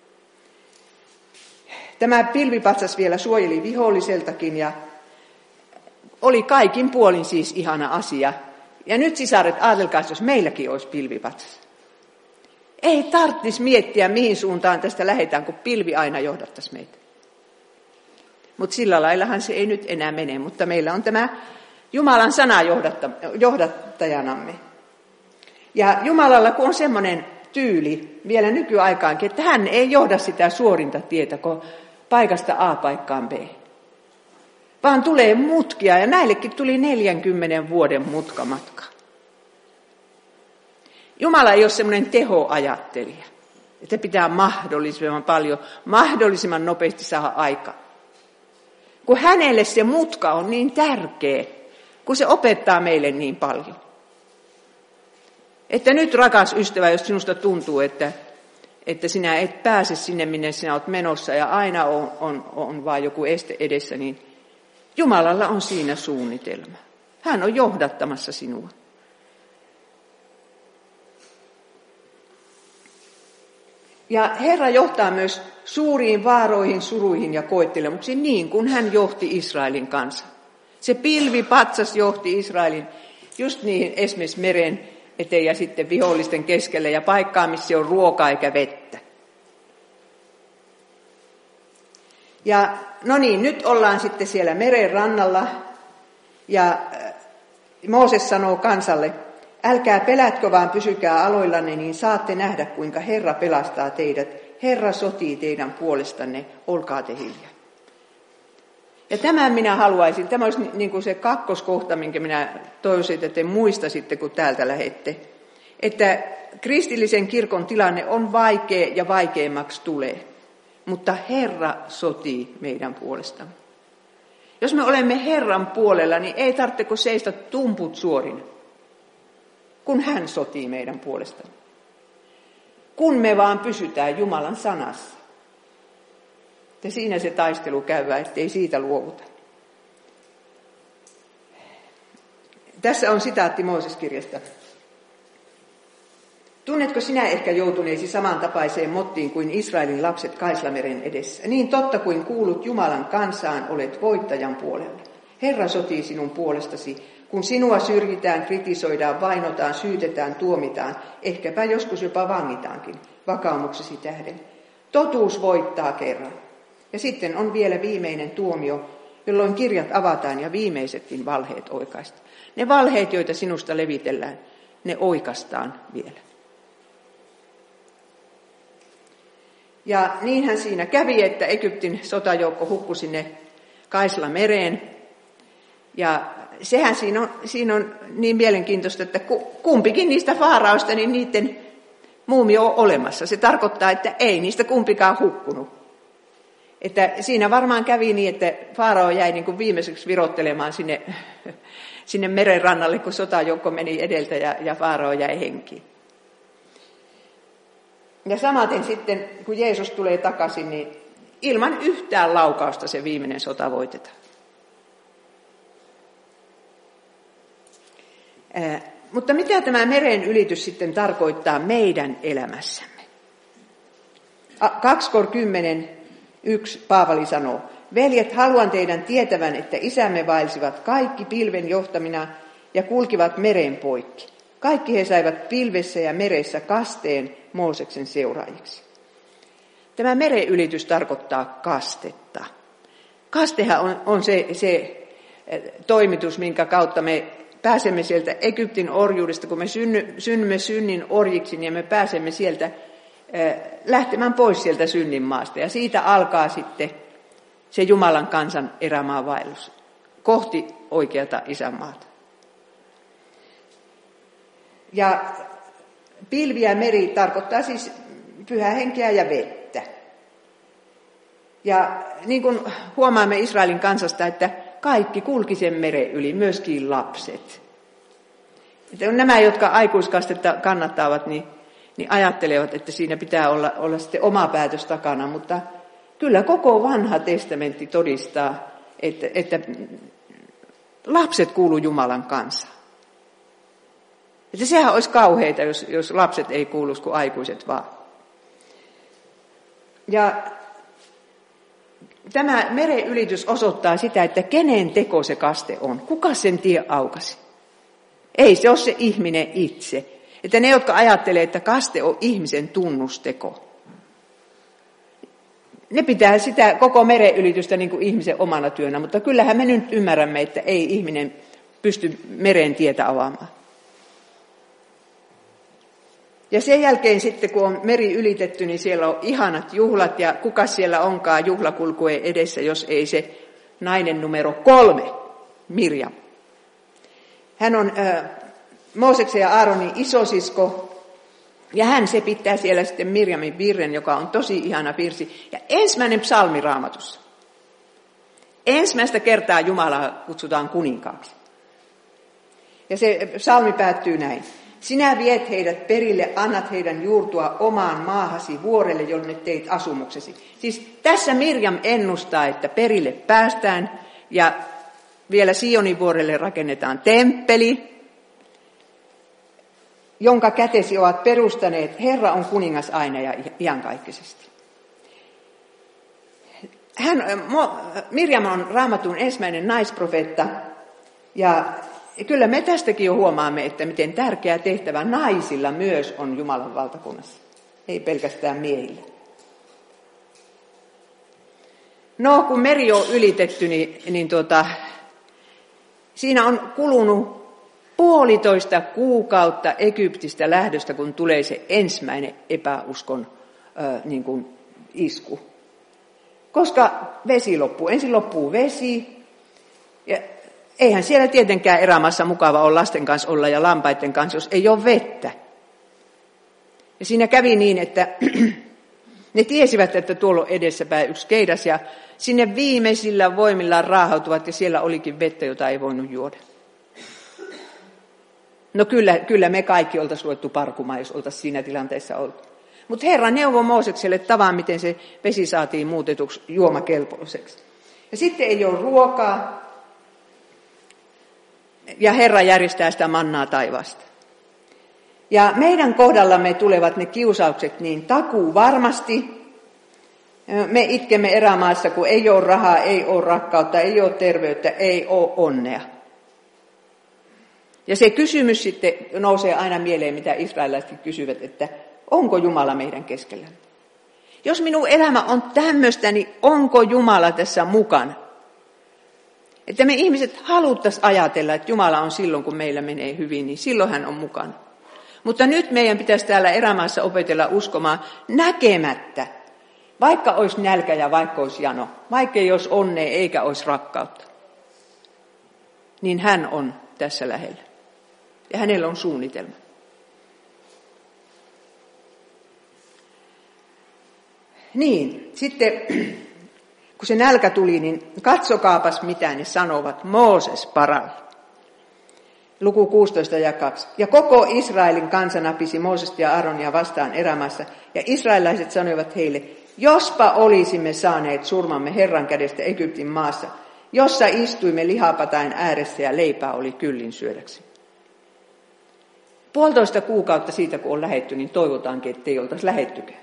Tämä pilvipatsas vielä suojeli viholliseltakin ja oli kaikin puolin siis ihana asia. Ja nyt sisaret, ajatelkaa, jos meilläkin olisi pilvipatsas. Ei tarvitsisi miettiä, mihin suuntaan tästä lähdetään, kun pilvi aina johdattaisi meitä. Mutta sillä laillahan se ei nyt enää mene, mutta meillä on tämä Jumalan sana johdattajanamme. Ja Jumalalla kun on semmoinen tyyli vielä nykyaikaankin, että hän ei johda sitä suorinta tietä, kun paikasta A paikkaan B. vaan tulee mutkia ja näillekin tuli 40 vuoden mutkamatka. Jumala ei ole semmoinen tehoajattelija, että pitää mahdollisimman paljon, mahdollisimman nopeasti saada aikaa. Kun hänelle se mutka on niin tärkeä, kun se opettaa meille niin paljon. Että nyt, rakas ystävä, jos sinusta tuntuu, että sinä et pääse sinne, minne sinä olet menossa ja aina on vain joku este edessä, niin Jumalalla on siinä suunnitelma. Hän on johdattamassa sinua. Ja Herra johtaa myös suuriin vaaroihin, suruihin ja koettelemuksiin, niin kuin hän johti Israelin kanssa. Se pilvipatsas johti Israelin just niin esimerkiksi meren eteen ja sitten vihollisten keskelle ja paikkaan, missä on ruokaa eikä vettä. Ja no niin, nyt ollaan sitten siellä meren rannalla ja Mooses sanoo kansalle, älkää pelätkö, vaan pysykää aloillanne, niin saatte nähdä, kuinka Herra pelastaa teidät. Herra sotii teidän puolestanne, olkaa te hiljaa. Ja tämän minä haluaisin, tämä olisi niin kuin se kakkoskohta, minkä minä toivoisin, että te muistaisitte, kun täältä lähette. Että kristillisen kirkon tilanne on vaikea ja vaikeammaksi tulee, mutta Herra sotii meidän puolestamme. Jos me olemme Herran puolella, niin ei tarvitse kuin seistä tumput suorina, kun hän sotii meidän puolestamme. Kun me vaan pysytään Jumalan sanassa. Ja siinä se taistelu käydään, ettei siitä luovuta. Tässä on sitaatti Mooses-kirjasta. Tunnetko sinä ehkä joutuneesi samantapaiseen mottiin kuin Israelin lapset Kaislameren edessä? Niin totta kuin kuulut Jumalan kansaan, olet voittajan puolella. Herra sotii sinun puolestasi, kun sinua syrjitään, kritisoidaan, vainotaan, syytetään, tuomitaan, ehkäpä joskus jopa vangitaankin, vakaumuksesi tähden. Totuus voittaa kerran. Ja sitten on vielä viimeinen tuomio, jolloin kirjat avataan ja viimeisetkin valheet oikaistaan. Ne valheet, joita sinusta levitellään, ne oikaistaan vielä. Ja niinhän siinä kävi, että Egyptin sotajoukko hukkui sinne Kaislamereen. Ja sehän siinä on niin mielenkiintoista, että kumpikin niistä faaraoista, niin niiden muumio on olemassa. Se tarkoittaa, että ei niistä kumpikaan hukkunut. Että siinä varmaan kävi niin, että faarao jäi niin kuin viimeiseksi virottelemaan sinne merenrannalle, kun sotajoukko meni edeltä ja faarao jäi henkiin. Ja samaten sitten, kun Jeesus tulee takaisin, niin ilman yhtään laukausta se viimeinen sota voitetaan. Mutta mitä tämä meren ylitys sitten tarkoittaa meidän elämässämme? 2:10:1 Paavali sanoo, veljet, haluan teidän tietävän, että isämme vaelsivat kaikki pilven johtamina ja kulkivat meren poikki. Kaikki he saivat pilvessä ja meressä kasteen Mooseksen seuraajiksi. Tämä meren ylitys tarkoittaa kastetta. Kastehan on se toimitus, minkä kautta me pääsemme sieltä Egyptin orjuudesta, kun me synnymme synnin orjiksi, niin me pääsemme sieltä lähtemään pois sieltä synnin maasta. Ja siitä alkaa sitten se Jumalan kansan erämaavaellus kohti oikeata isänmaata. Ja pilvi ja meri tarkoittaa siis pyhää henkeä ja vettä. Ja niin kuin huomaamme Israelin kansasta, että kaikki kulki sen meren yli, myöskin lapset. Että nämä, jotka aikuiskastetta kannattavat, niin ajattelevat, että siinä pitää olla sitten oma päätös takana, mutta kyllä koko vanha testamentti todistaa, että lapset kuuluu Jumalan kansaan. Että sehän olisi kauheita, jos lapset ei kuuluisi kuin aikuiset vaan. Ja tämä meren ylitys osoittaa sitä, että kenen teko se kaste on. Kuka sen tie aukasi? Ei se ole se ihminen itse. Että ne, jotka ajattelee, että kaste on ihmisen tunnusteko, ne pitää sitä koko meren ylitystä niin kuin ihmisen omana työnä. Mutta kyllähän me nyt ymmärrämme, että ei ihminen pysty meren tietä avaamaan. Ja sen jälkeen sitten, kun on meri ylitetty, niin siellä on ihanat juhlat, ja kuka siellä onkaan juhlakulkueen edessä, jos ei se nainen numero 3, Mirjam. Hän on Mooseksen ja Aaronin isosisko, ja hän se pitää siellä sitten Mirjamin virren, joka on tosi ihana virsi. Ja ensimmäinen psalmi Raamatussa. Ensimmäistä kertaa Jumalaa kutsutaan kuninkaaksi. Ja se psalmi päättyy näin. Sinä viet heidät perille, annat heidän juurtua omaan maahasi vuorelle, jonne teit asumuksesi. Siis tässä Mirjam ennustaa, että perille päästään ja vielä Sionin vuorelle rakennetaan temppeli, jonka kätesi ovat perustaneet. Herra on kuningas aina ja iankaikkisesti. Mirjam on Raamatun ensimmäinen naisprofeetta ja kyllä me tästäkin jo huomaamme, että miten tärkeä tehtävä naisilla myös on Jumalan valtakunnassa, ei pelkästään miehillä. No, kun meri on ylitetty, niin siinä on kulunut 1,5 kuukautta Egyptistä lähdöstä, kun tulee se ensimmäinen epäuskon isku. Koska vesi loppuu. Ensin loppuu vesi. Ja eihän siellä tietenkään erämaassa mukava olla lasten kanssa olla ja lampaiden kanssa, jos ei ole vettä. Ja siinä kävi niin, että ne tiesivät, että tuolla on edessäpäin yksi keidas ja sinne viimeisillä voimillaan raahautuvat ja siellä olikin vettä, jota ei voinut juoda. No kyllä me kaikki oltaisiin luettu parkumaan, jos oltaisiin siinä tilanteessa oltu. Mutta Herra neuvoi Moosekselle tavan, miten se vesi saatiin muutetuksi juomakelpoiseksi. Ja sitten ei ole ruokaa. Ja Herra järjestää sitä mannaa taivaasta. Ja meidän kohdallamme tulevat ne kiusaukset niin takuu varmasti. Me itkemme erämaassa, kun ei ole rahaa, ei ole rakkautta, ei ole terveyttä, ei ole onnea. Ja se kysymys sitten nousee aina mieleen, mitä israelilaiset kysyvät, että onko Jumala meidän keskellämme? Jos minun elämä on tämmöistä, niin onko Jumala tässä mukana? Että me ihmiset haluttaisiin ajatella, että Jumala on silloin, kun meillä menee hyvin, niin silloin hän on mukana. Mutta nyt meidän pitäisi täällä erämaassa opetella uskomaan näkemättä, vaikka olisi nälkä ja vaikka olisi jano, vaikka ei olisi onnea eikä olisi rakkautta, niin hän on tässä lähellä. Ja hänellä on suunnitelma. Niin, sitten kun se nälkä tuli, niin katsokaapas mitä ne sanovat Mooses paralle. Luku 16 ja 2. Ja koko Israelin kansa napisi Moosesta ja Aaronia vastaan erämaassa. Ja israelilaiset sanoivat heille, jospa olisimme saaneet surmamme Herran kädestä Egyptin maassa, jossa istuimme lihapatain ääressä ja leipää oli kyllin syödäksi. 1,5 kuukautta siitä, kun on lähetty, niin toivotaankin, ettei oltaisi lähettykään.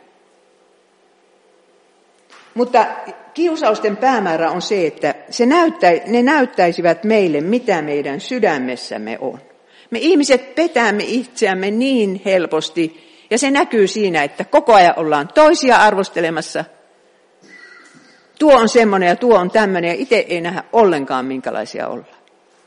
Mutta kiusausten päämäärä on se, että ne näyttäisivät meille, mitä meidän sydämessämme on. Me ihmiset petämme itseämme niin helposti, ja se näkyy siinä, että koko ajan ollaan toisia arvostelemassa. Tuo on semmoinen ja tuo on tämmöinen, ja itse ei nähdä ollenkaan, minkälaisia ollaan.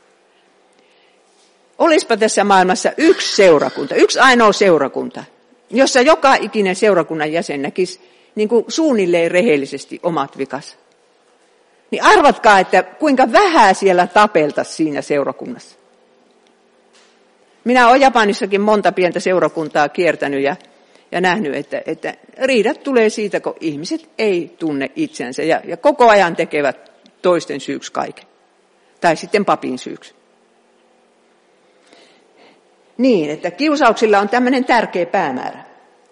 Olispa tässä maailmassa yksi ainoa seurakunta, jossa joka ikinen seurakunnan jäsen näkisi niin kuin suunnilleen rehellisesti omat vikas. Niin arvatkaa, että kuinka vähän siellä tapeltaisiin siinä seurakunnassa. Minä olen Japanissakin monta pientä seurakuntaa kiertänyt ja nähnyt, että riidat tulee siitä, kun ihmiset ei tunne itsensä ja koko ajan tekevät toisten syyksi kaiken. Tai sitten papin syyksi. Niin, että kiusauksilla on tämmöinen tärkeä päämäärä.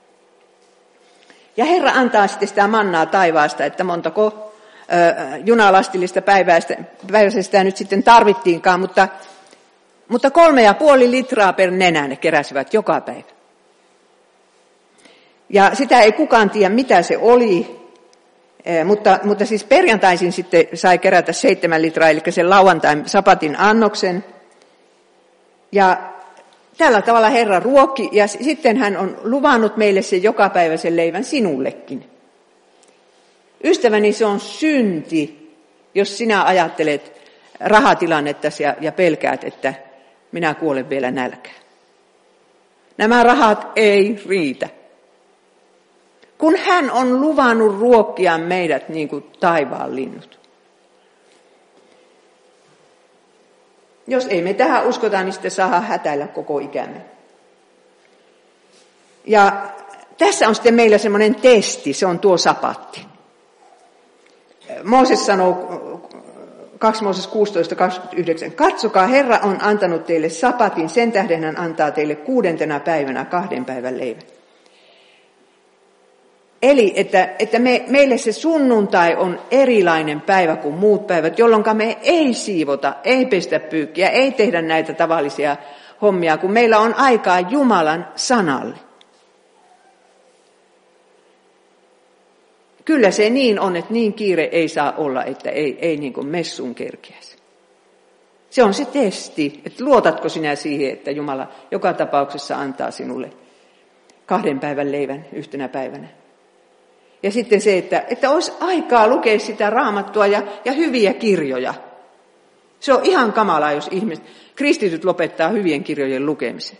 Ja Herra antaa sitten sitä mannaa taivaasta, että montako junalastillista päivästä nyt sitten tarvittiinkaan, mutta 3,5 litraa per nenä ne keräsivät joka päivä. Ja sitä ei kukaan tiedä, mitä se oli, mutta siis perjantaisin sitten sai kerätä 7 litraa, eli sen lauantain sapatin annoksen. Ja tällä tavalla Herra ruokki, ja sitten hän on luvannut meille sen jokapäiväisen leivän sinullekin. Ystäväni, se on synti, jos sinä ajattelet rahatilannettasi ja pelkäät, että minä kuolen vielä nälkään. Nämä rahat ei riitä. Kun hän on luvannut ruokkia meidät niin kuin taivaan linnut. Jos ei me tähän uskota, niin sitten saadaan hätäillä koko ikämme. Ja tässä on sitten meillä semmoinen testi, se on tuo sapatti. Mooses sanoo 2 Mooses 16:29, katsokaa, Herra on antanut teille sapatin, sen tähden hän antaa teille 6. päivänä 2 päivän leivän. Eli että meille se sunnuntai on erilainen päivä kuin muut päivät, jolloin me ei siivota, ei pestä pyykkiä, ei tehdä näitä tavallisia hommia, kun meillä on aikaa Jumalan sanalle. Kyllä se niin on, että niin kiire ei saa olla, että ei niin kuin messuun kerkiäisi. Se on se testi, että luotatko sinä siihen, että Jumala joka tapauksessa antaa sinulle 2 päivän leivän yhtenä päivänä. Ja sitten se, että olisi aikaa lukea sitä Raamattua ja hyviä kirjoja. Se on ihan kamalaa, jos kristityt lopettaa hyvien kirjojen lukemisen.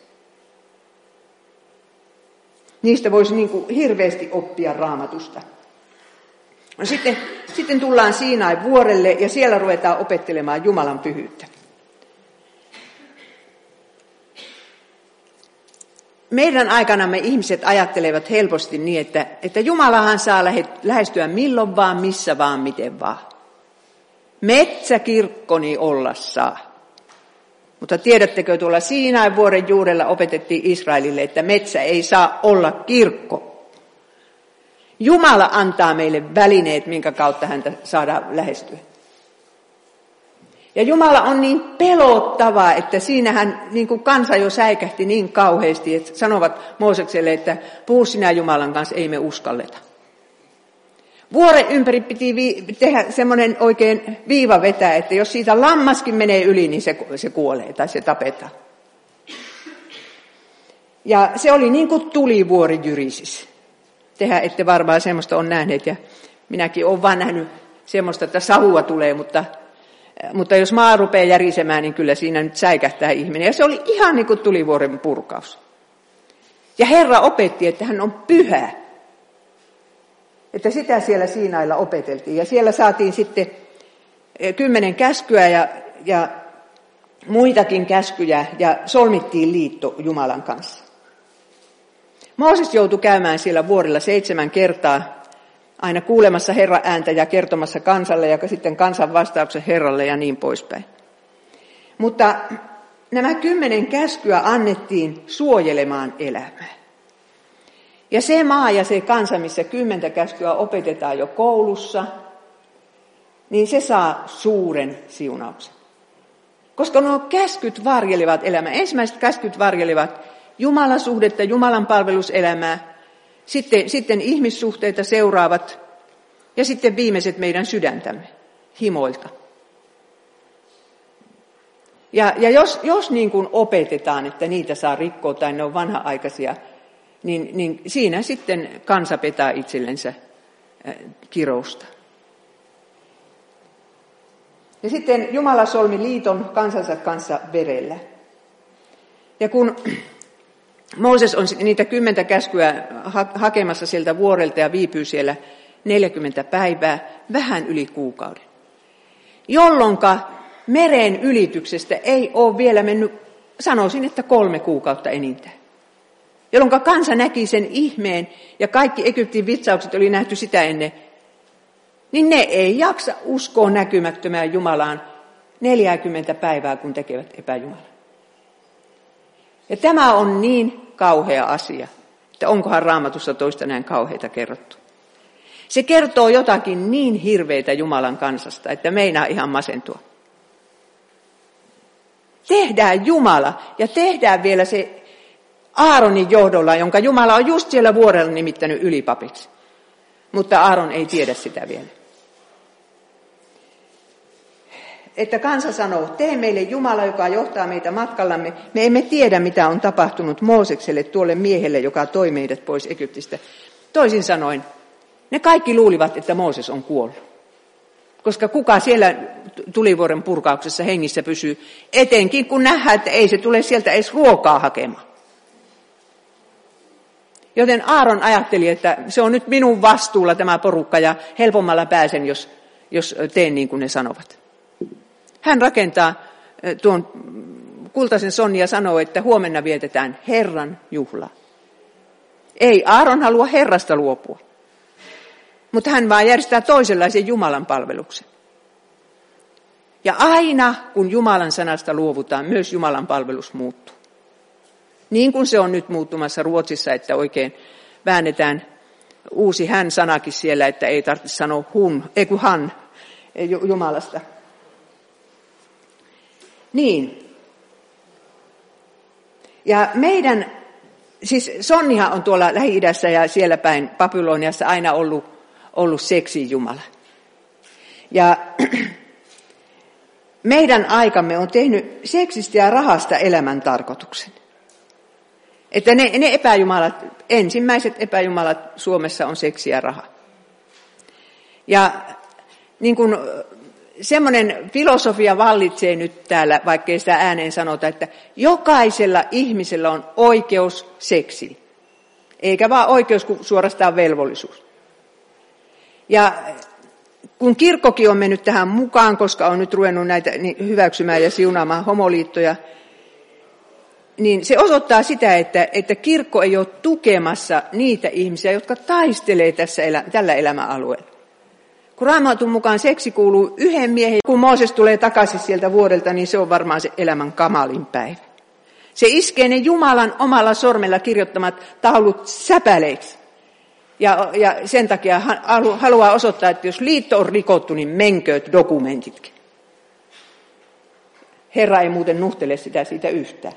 Niistä voisi niin kuin hirveästi oppia Raamatusta. No sitten tullaan Siinain vuorelle ja siellä ruvetaan opettelemaan Jumalan pyhyyttä. Meidän aikanamme ihmiset ajattelevat helposti niin, että Jumalahan saa lähestyä milloin vaan, missä vaan, miten vaan. Metsäkirkkoni olla saa. Mutta tiedättekö, tuolla Siinain vuoren juurella opetettiin Israelille, että metsä ei saa olla kirkko. Jumala antaa meille välineet, minkä kautta häntä saadaan lähestyä. Ja Jumala on niin pelottava, että siinähän niin kuin kansa jo säikähti niin kauheasti, että sanovat Moosekselle, että puhu sinä Jumalan kanssa, ei me uskalleta. Vuoren ympäri piti tehdä semmoinen oikein viiva vetää, että jos siitä lammaskin menee yli, niin se kuolee tai se tapetaan. Ja se oli niin kuin tulivuori jyrisis. Tehän ette varmaan semmoista on nähneet ja minäkin olen vaan nähnyt semmoista, että savua tulee, mutta jos maa rupeaa järisemään, niin kyllä siinä nyt säikähtää ihminen. Ja se oli ihan niin kuin tulivuoren purkaus. Ja Herra opetti, että hän on pyhä. Että sitä siellä Siinailla opeteltiin. Ja siellä saatiin sitten 10 käskyä ja muitakin käskyjä ja solmittiin liitto Jumalan kanssa. Mooses joutui käymään siellä vuorilla 7 kertaa, aina kuulemassa Herran ääntä ja kertomassa kansalle ja sitten kansan vastauksen Herralle ja niin poispäin. Mutta nämä 10 käskyä annettiin suojelemaan elämää. Ja se maa ja se kansa, missä 10 käskyä opetetaan jo koulussa, niin se saa suuren siunauksen. Koska nuo käskyt varjelevat elämää. Ensimmäiset käskyt varjelevat Jumalan suhdetta, Jumalan palveluselämää, sitten ihmissuhteita seuraavat ja sitten viimeiset meidän sydäntämme, himoilta. Ja jos niin kuin opetetaan, että niitä saa rikkoa tai ne on vanha-aikaisia, niin siinä sitten kansa petää itsellensä kirousta. Ja sitten Jumala solmi liiton kansansa kanssa verellä. Ja kun Mooses on niitä 10 käskyä hakemassa sieltä vuorelta ja viipyy siellä 40 päivää, vähän yli kuukauden. Jolloinka meren ylityksestä ei ole vielä mennyt, sanoisin, että 3 kuukautta enintään. Jolloinka kansa näki sen ihmeen ja kaikki Egyptin vitsaukset oli nähty sitä ennen, niin ne ei jaksa uskoa näkymättömään Jumalaan 40 päivää, kun tekevät epäjumalan. Ja tämä on niin kauhea asia, että onkohan Raamatussa toista näin kauheita kerrottu. Se kertoo jotakin niin hirveitä Jumalan kansasta, että meinaa ihan masentua. Tehdään Jumala ja tehdään vielä se Aaronin johdolla, jonka Jumala on just siellä vuorella nimittänyt ylipapiksi. Mutta Aaron ei tiedä sitä vielä. Että kansa sanoo, tee meille Jumala, joka johtaa meitä matkallamme. Me emme tiedä, mitä on tapahtunut Moosekselle, tuolle miehelle, joka toi meidät pois Egyptistä. Toisin sanoen, ne kaikki luulivat, että Mooses on kuollut. Koska kuka siellä tulivuoren purkauksessa hengissä pysyy, etenkin kun nähdään, että ei se tule sieltä edes ruokaa hakemaan. Joten Aaron ajatteli, että se on nyt minun vastuulla tämä porukka ja helpommalla pääsen, jos teen niin kuin ne sanovat. Hän rakentaa tuon kultaisen sonnia sanoo, että huomenna vietetään Herran juhlaa. Ei Aaron halua Herrasta luopua, mutta hän vaan järjestää toisenlaisen Jumalan palveluksen. Ja aina kun Jumalan sanasta luovutaan, myös Jumalan palvelus muuttuu. Niin kuin se on nyt muuttumassa Ruotsissa, että oikein väännetään uusi hän-sanakin siellä, että ei tarvitse sanoa han Jumalasta. Niin. Ja siis sonnihan on tuolla Lähi-idässä ja siellä päin Babyloniassa aina ollut seksin jumala. Ja meidän aikamme on tehnyt seksistä ja rahasta elämän tarkoituksen. Että ne epäjumalat, ensimmäiset epäjumalat Suomessa on seksi ja raha. Ja niin kuin semmoinen filosofia vallitsee nyt täällä, vaikkei sitä ääneen sanota, että jokaisella ihmisellä on oikeus seksiin. Eikä vaan oikeus, kun suorastaan velvollisuus. Ja kun kirkkokin on mennyt tähän mukaan, koska on nyt ruvennut näitä hyväksymään ja siunaamaan homoliittoja, niin se osoittaa sitä, että kirkko ei ole tukemassa niitä ihmisiä, jotka taistelee tällä elämänalueella. Kun Raamatun mukaan seksi kuuluu yhden miehen, kun Mooses tulee takaisin sieltä vuodelta, niin se on varmaan se elämän kamalin päivä. Se iskee ne Jumalan omalla sormella kirjoittamat taulut säpäleiksi. Ja sen takia haluaa osoittaa, että jos liitto on rikottu, niin menkööt dokumentitkin. Herra ei muuten nuhtele sitä siitä yhtään.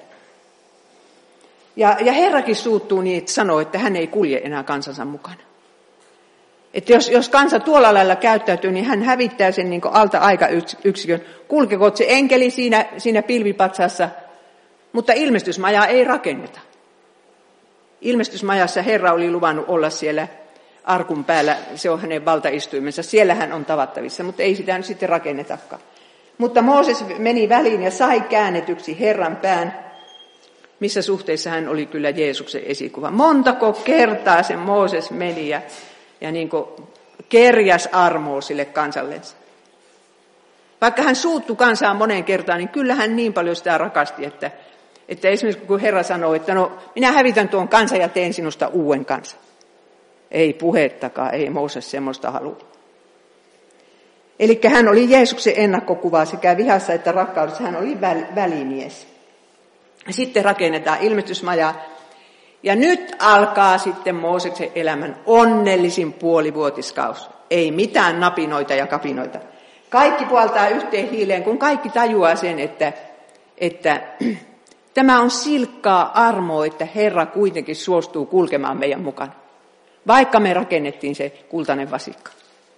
Ja Herrakin suuttuu niin, että sanoo, että hän ei kulje enää kansansa mukana. Että jos kansa tuolla lailla käyttäytyy, niin hän hävittää sen niin kuin alta-aikayksikön. Kulkekoot se enkeli siinä pilvipatsassa, mutta ilmestysmajaa ei rakenneta. Ilmestysmajassa Herra oli luvannut olla siellä arkun päällä, se on hänen valtaistuimensa. Siellä hän on tavattavissa, mutta ei sitä nyt sitten rakennetakaan. Mutta Mooses meni väliin ja sai käännetyksi Herran pään, missä suhteessa hän oli kyllä Jeesuksen esikuva. Montako kertaa se Mooses meni ja niin kuin kerjäs armoa sille kansallensa. Vaikka hän suuttui kansaan moneen kertaan, niin kyllä hän niin paljon sitä rakasti, että esimerkiksi kun Herra sanoo, että no minä hävitän tuon kansan ja teen sinusta uuden kansan. Ei puhettakaan, ei Mooses semmoista halua. Eli hän oli Jeesuksen ennakkokuva sekä vihassa että rakkaudessa, hän oli välimies. Sitten rakennetaan ilmestysmaja. Ja nyt alkaa sitten Mooseksen elämän onnellisin puolivuotiskaus. Ei mitään napinoita ja kapinoita. Kaikki puhaltaa yhteen hiileen, kun kaikki tajuaa sen, että tämä on silkkaa armoa, että Herra kuitenkin suostuu kulkemaan meidän mukana. Vaikka me rakennettiin se kultainen vasikka.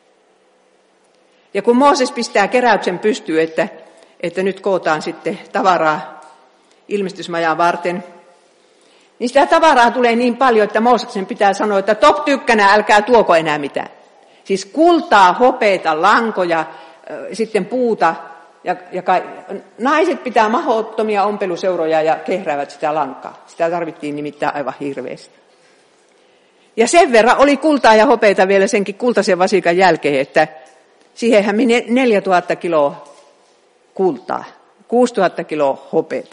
Ja kun Mooses pistää keräyksen pystyyn, että nyt kootaan sitten tavaraa ilmestysmajaa varten, niin sitä tavaraa tulee niin paljon, että Mooseksen pitää sanoa, että top tykkänä, älkää tuoko enää mitään. Siis kultaa, hopeita, lankoja, sitten puuta. Naiset pitää mahdottomia ompeluseuroja ja kehräävät sitä lankaa. Sitä tarvittiin nimittäin aivan hirveästi. Ja sen verran oli kultaa ja hopeita vielä senkin kultaisen vasikan jälkeen, että siihenhän meni 4000 kiloa kultaa, 6000 kiloa hopeita.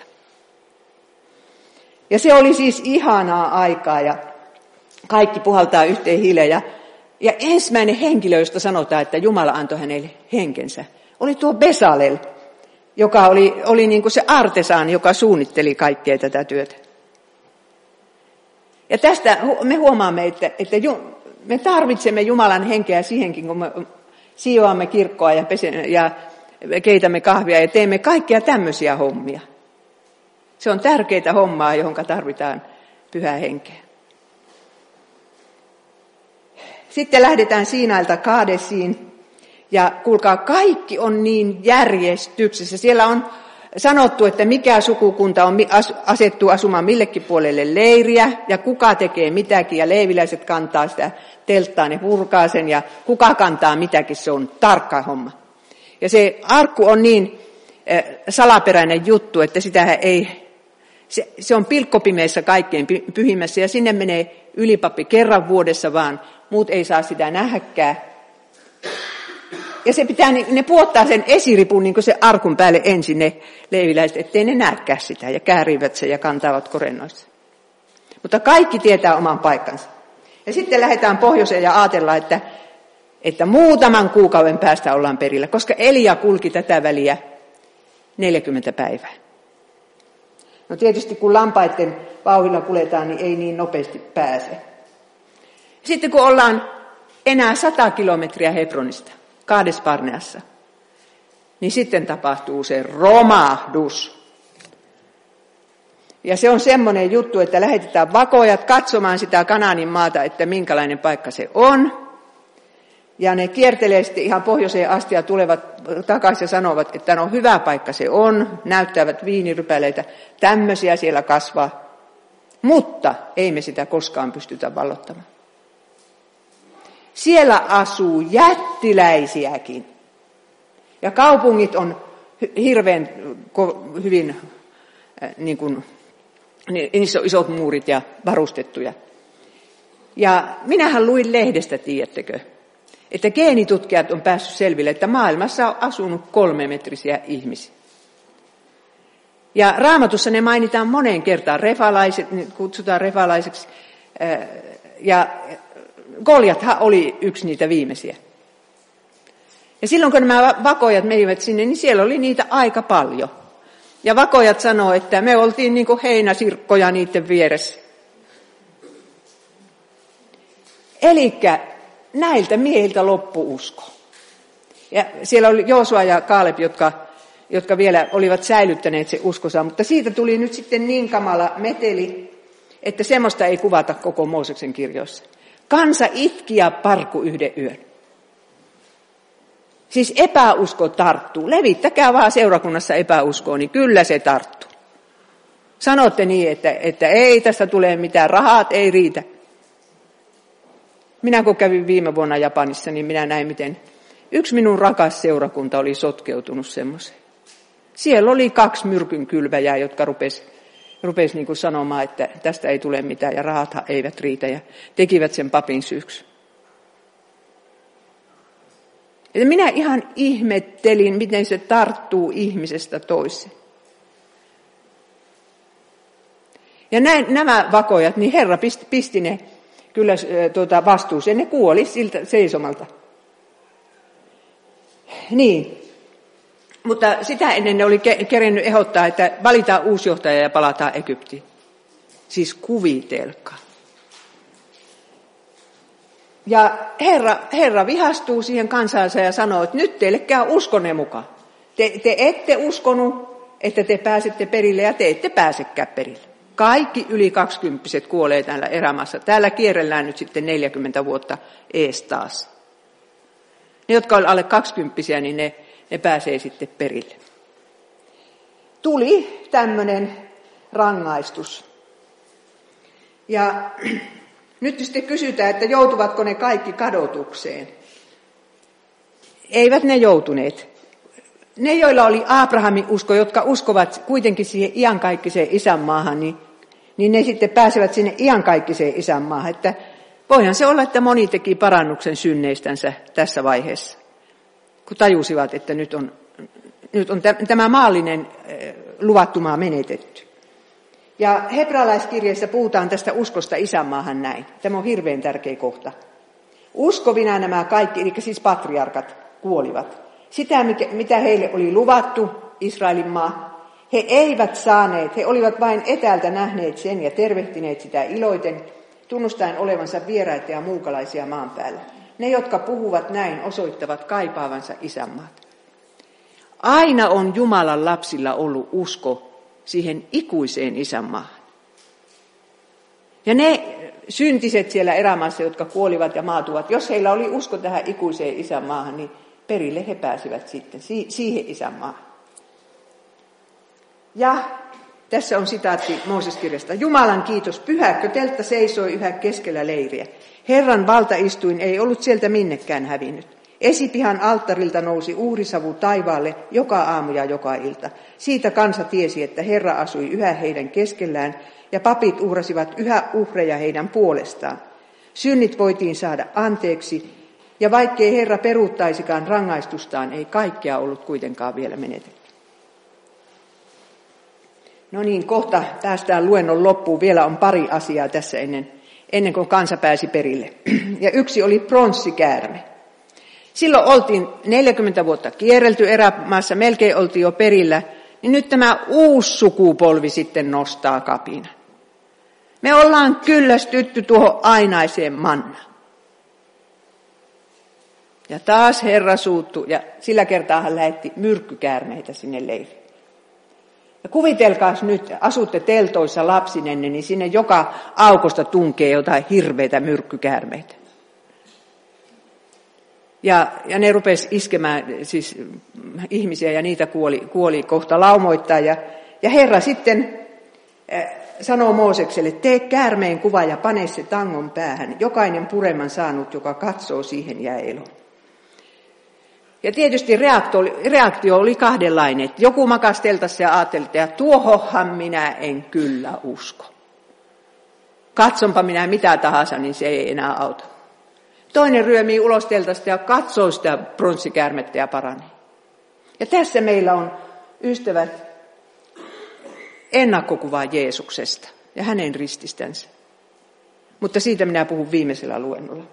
Ja se oli siis ihanaa aikaa ja kaikki puhaltaa yhteen hiileen. Ja ensimmäinen henkilö, josta sanotaan, että Jumala antoi hänelle henkensä, oli tuo Besalel, joka oli niin kuin se artesaani, joka suunnitteli kaikkea tätä työtä. Ja tästä me huomaamme, että me tarvitsemme Jumalan henkeä siihenkin, kun me siivoamme kirkkoa ja keitämme kahvia ja teemme kaikkia tämmöisiä hommia. Se on tärkeää hommaa, johon tarvitaan pyhää henkeä. Sitten lähdetään Siinailta Kaadesiin. Ja kuulkaa, kaikki on niin järjestyksessä. Siellä on sanottu, että mikä sukukunta asettuu asumaan millekin puolelle leiriä ja kuka tekee mitäkin. Ja leeviläiset kantaa sitä telttaa, ne purkaa sen ja kuka kantaa mitäkin. Se on tarkka homma. Ja se arkku on niin salaperäinen juttu, että sitähän ei... Se on pilkkopimeessä kaikkein pyhimmässä ja sinne menee ylipappi kerran vuodessa vaan. Muut ei saa sitä nähdäkään. Ja se pitää, ne puottaa sen esiripun niin kuin se arkun päälle ensin ne leiviläiset, ettei ne näekään sitä ja käärivät sen ja kantavat korennoissa. Mutta kaikki tietää oman paikkansa. Ja sitten lähdetään pohjoiseen ja ajatellaan, että muutaman kuukauden päästä ollaan perillä, koska Elia kulki tätä väliä 40 päivää. No tietysti kun lampaiden vauhdilla kuljetaan, niin ei niin nopeasti pääse. Sitten kun ollaan enää 100 kilometriä Hebronista, Kaades Barneassa, niin sitten tapahtuu se romahdus. Ja se on semmoinen juttu, että lähetetään vakojat katsomaan sitä Kanaanin maata, että minkälainen paikka se on. Ja ne kiertelee sitten ihan pohjoiseen asti ja tulevat takaisin ja sanovat, että no hyvä paikka se on, näyttävät viinirypäleitä, tämmöisiä siellä kasvaa. Mutta ei me sitä koskaan pystytä vallottamaan. Siellä asuu jättiläisiäkin. Ja kaupungit on hirveän hyvin, niin kuin, niissä on isot muurit ja varustettuja. Ja minähän luin lehdestä, tiedättekö, että geenitutkijat on päässyt selville, että maailmassa on asunut 3-metrisiä ihmisiä. Ja Raamatussa ne mainitaan moneen kertaan, refalaiset, kutsutaan refalaiseksi, ja Goljathan oli yksi niitä viimeisiä. Ja silloin kun nämä vakojat menivät sinne, niin siellä oli niitä aika paljon. Ja vakojat sanoo, että me oltiin niin kuin heinäsirkkoja niiden vieressä. Elikkä näiltä miehiltä loppu usko. Ja siellä oli Joosua ja Kaaleb, jotka vielä olivat säilyttäneet se uskonsa, mutta siitä tuli nyt sitten niin kamala meteli, että semmoista ei kuvata koko Mooseksen kirjoissa. Kansa itki ja parku yhden yön. Siis epäusko tarttuu. Levittäkää vaan seurakunnassa epäuskoa, niin kyllä se tarttuu. Sanotte niin, että ei tästä tule mitään, rahat ei riitä. Minä kun kävin viime vuonna Japanissa, niin minä näin, miten yksi minun rakas seurakunta oli sotkeutunut semmoiseen. Siellä oli 2 myrkynkylväjää, jotka rupesi niin kuin sanomaan, että tästä ei tule mitään ja rahathan eivät riitä ja tekivät sen papin syyksi. Ja minä ihan ihmettelin, miten se tarttuu ihmisestä toiseen. Ja nämä vakojat, niin Herra pisti ne kyllä vastuuseen, ne kuoli siltä seisomalta. Niin, mutta sitä ennen ne oli kerennyt ehdottaa, että valitaan uusi johtaja ja palataan Egyptiin. Siis kuvitelkaa. Ja Herra vihastuu siihen kansansa ja sanoo, että nyt teille käy uskonne mukaan. Te ette uskonut, että te pääsette perille ja te ette pääsekään perille. Kaikki yli 20-vuotiaat kuolee täällä erämaassa. Täällä kierrellään nyt sitten 40 vuotta ees taas. Ne, jotka on alle 20-vuotiaita, niin ne pääsee sitten perille. Tuli tämmöinen rangaistus. Ja nyt sitten kysytään, että joutuvatko ne kaikki kadotukseen. Eivät ne joutuneet. Ne, joilla oli Abrahamin usko, jotka uskovat kuitenkin siihen iankaikkiseen isänmaahan, niin ne sitten pääsevät sinne iankaikkiseen isänmaahan. Että voihan se olla, että moni teki parannuksen synneistänsä tässä vaiheessa, kun tajusivat, että nyt on tämä maallinen luvattu maa menetetty. Ja hebrealaiskirjeessä puhutaan tästä uskosta isänmaahan näin. Tämä on hirveän tärkeä kohta. Uskovina nämä kaikki, eli siis patriarkat, kuolivat. Sitä, mitä heille oli luvattu, Israelin maa, he eivät saaneet, he olivat vain etäältä nähneet sen ja tervehtineet sitä iloiten, tunnustaen olevansa vieraita ja muukalaisia maan päällä. Ne, jotka puhuvat näin, osoittavat kaipaavansa isänmaata. Aina on Jumalan lapsilla ollut usko siihen ikuiseen isänmaahan. Ja ne syntiset siellä erämaassa, jotka kuolivat ja maatuvat, jos heillä oli usko tähän ikuiseen isänmaahan, niin perille he pääsivät sitten siihen isänmaahan. Ja tässä on sitaatti Mooseskirjasta. Jumalan kiitos, pyhäkkö teltta seisoi yhä keskellä leiriä. Herran valtaistuin ei ollut sieltä minnekään hävinnyt. Esipihan alttarilta nousi uhrisavu taivaalle joka aamu ja joka ilta. Siitä kansa tiesi, että Herra asui yhä heidän keskellään ja papit uhrasivat yhä uhreja heidän puolestaan. Synnit voitiin saada anteeksi Ja vaikkei Herra peruuttaisikaan rangaistustaan, ei kaikkea ollut kuitenkaan vielä menetetty. No niin, kohta päästään luennon loppuun. Vielä on pari asiaa tässä ennen kuin kansa pääsi perille. Ja yksi oli pronssikäärme. Silloin oltiin 40 vuotta kierrelty erämaassa, melkein oltiin jo perillä, niin nyt tämä uusi sukupolvi sitten nostaa kapina. Me ollaan kyllästytty tuohon ainaiseen mannaan. Ja taas Herra suuttui, ja sillä kertaa hän lähetti myrkkykäärmeitä sinne leiriin. Ja kuvitelkaas nyt, asutte teltoissa lapsinenne, niin sinne joka aukosta tunkee jotain hirveitä myrkkykäärmeitä. Ja ne rupesi iskemään siis ihmisiä, ja niitä kuoli kohta laumoittain. Ja Herra sitten sanoo Moosekselle, tee käärmeen kuva ja pane se tangon päähän. Jokainen pureman saanut, joka katsoo siihen, jää eloon. Ja tietysti reaktio oli kahdenlainen. Että joku makasi teltassa ja ajatteli, että tuohonhan minä en kyllä usko. Katsonpa minä mitä tahansa, niin se ei enää auta. Toinen ryömii ulos teltasta ja katsoo sitä pronssikäärmettä ja paranee. Ja tässä meillä on, ystävät, ennakkokuva Jeesuksesta ja hänen rististänsä. Mutta siitä minä puhun viimeisellä luennolla.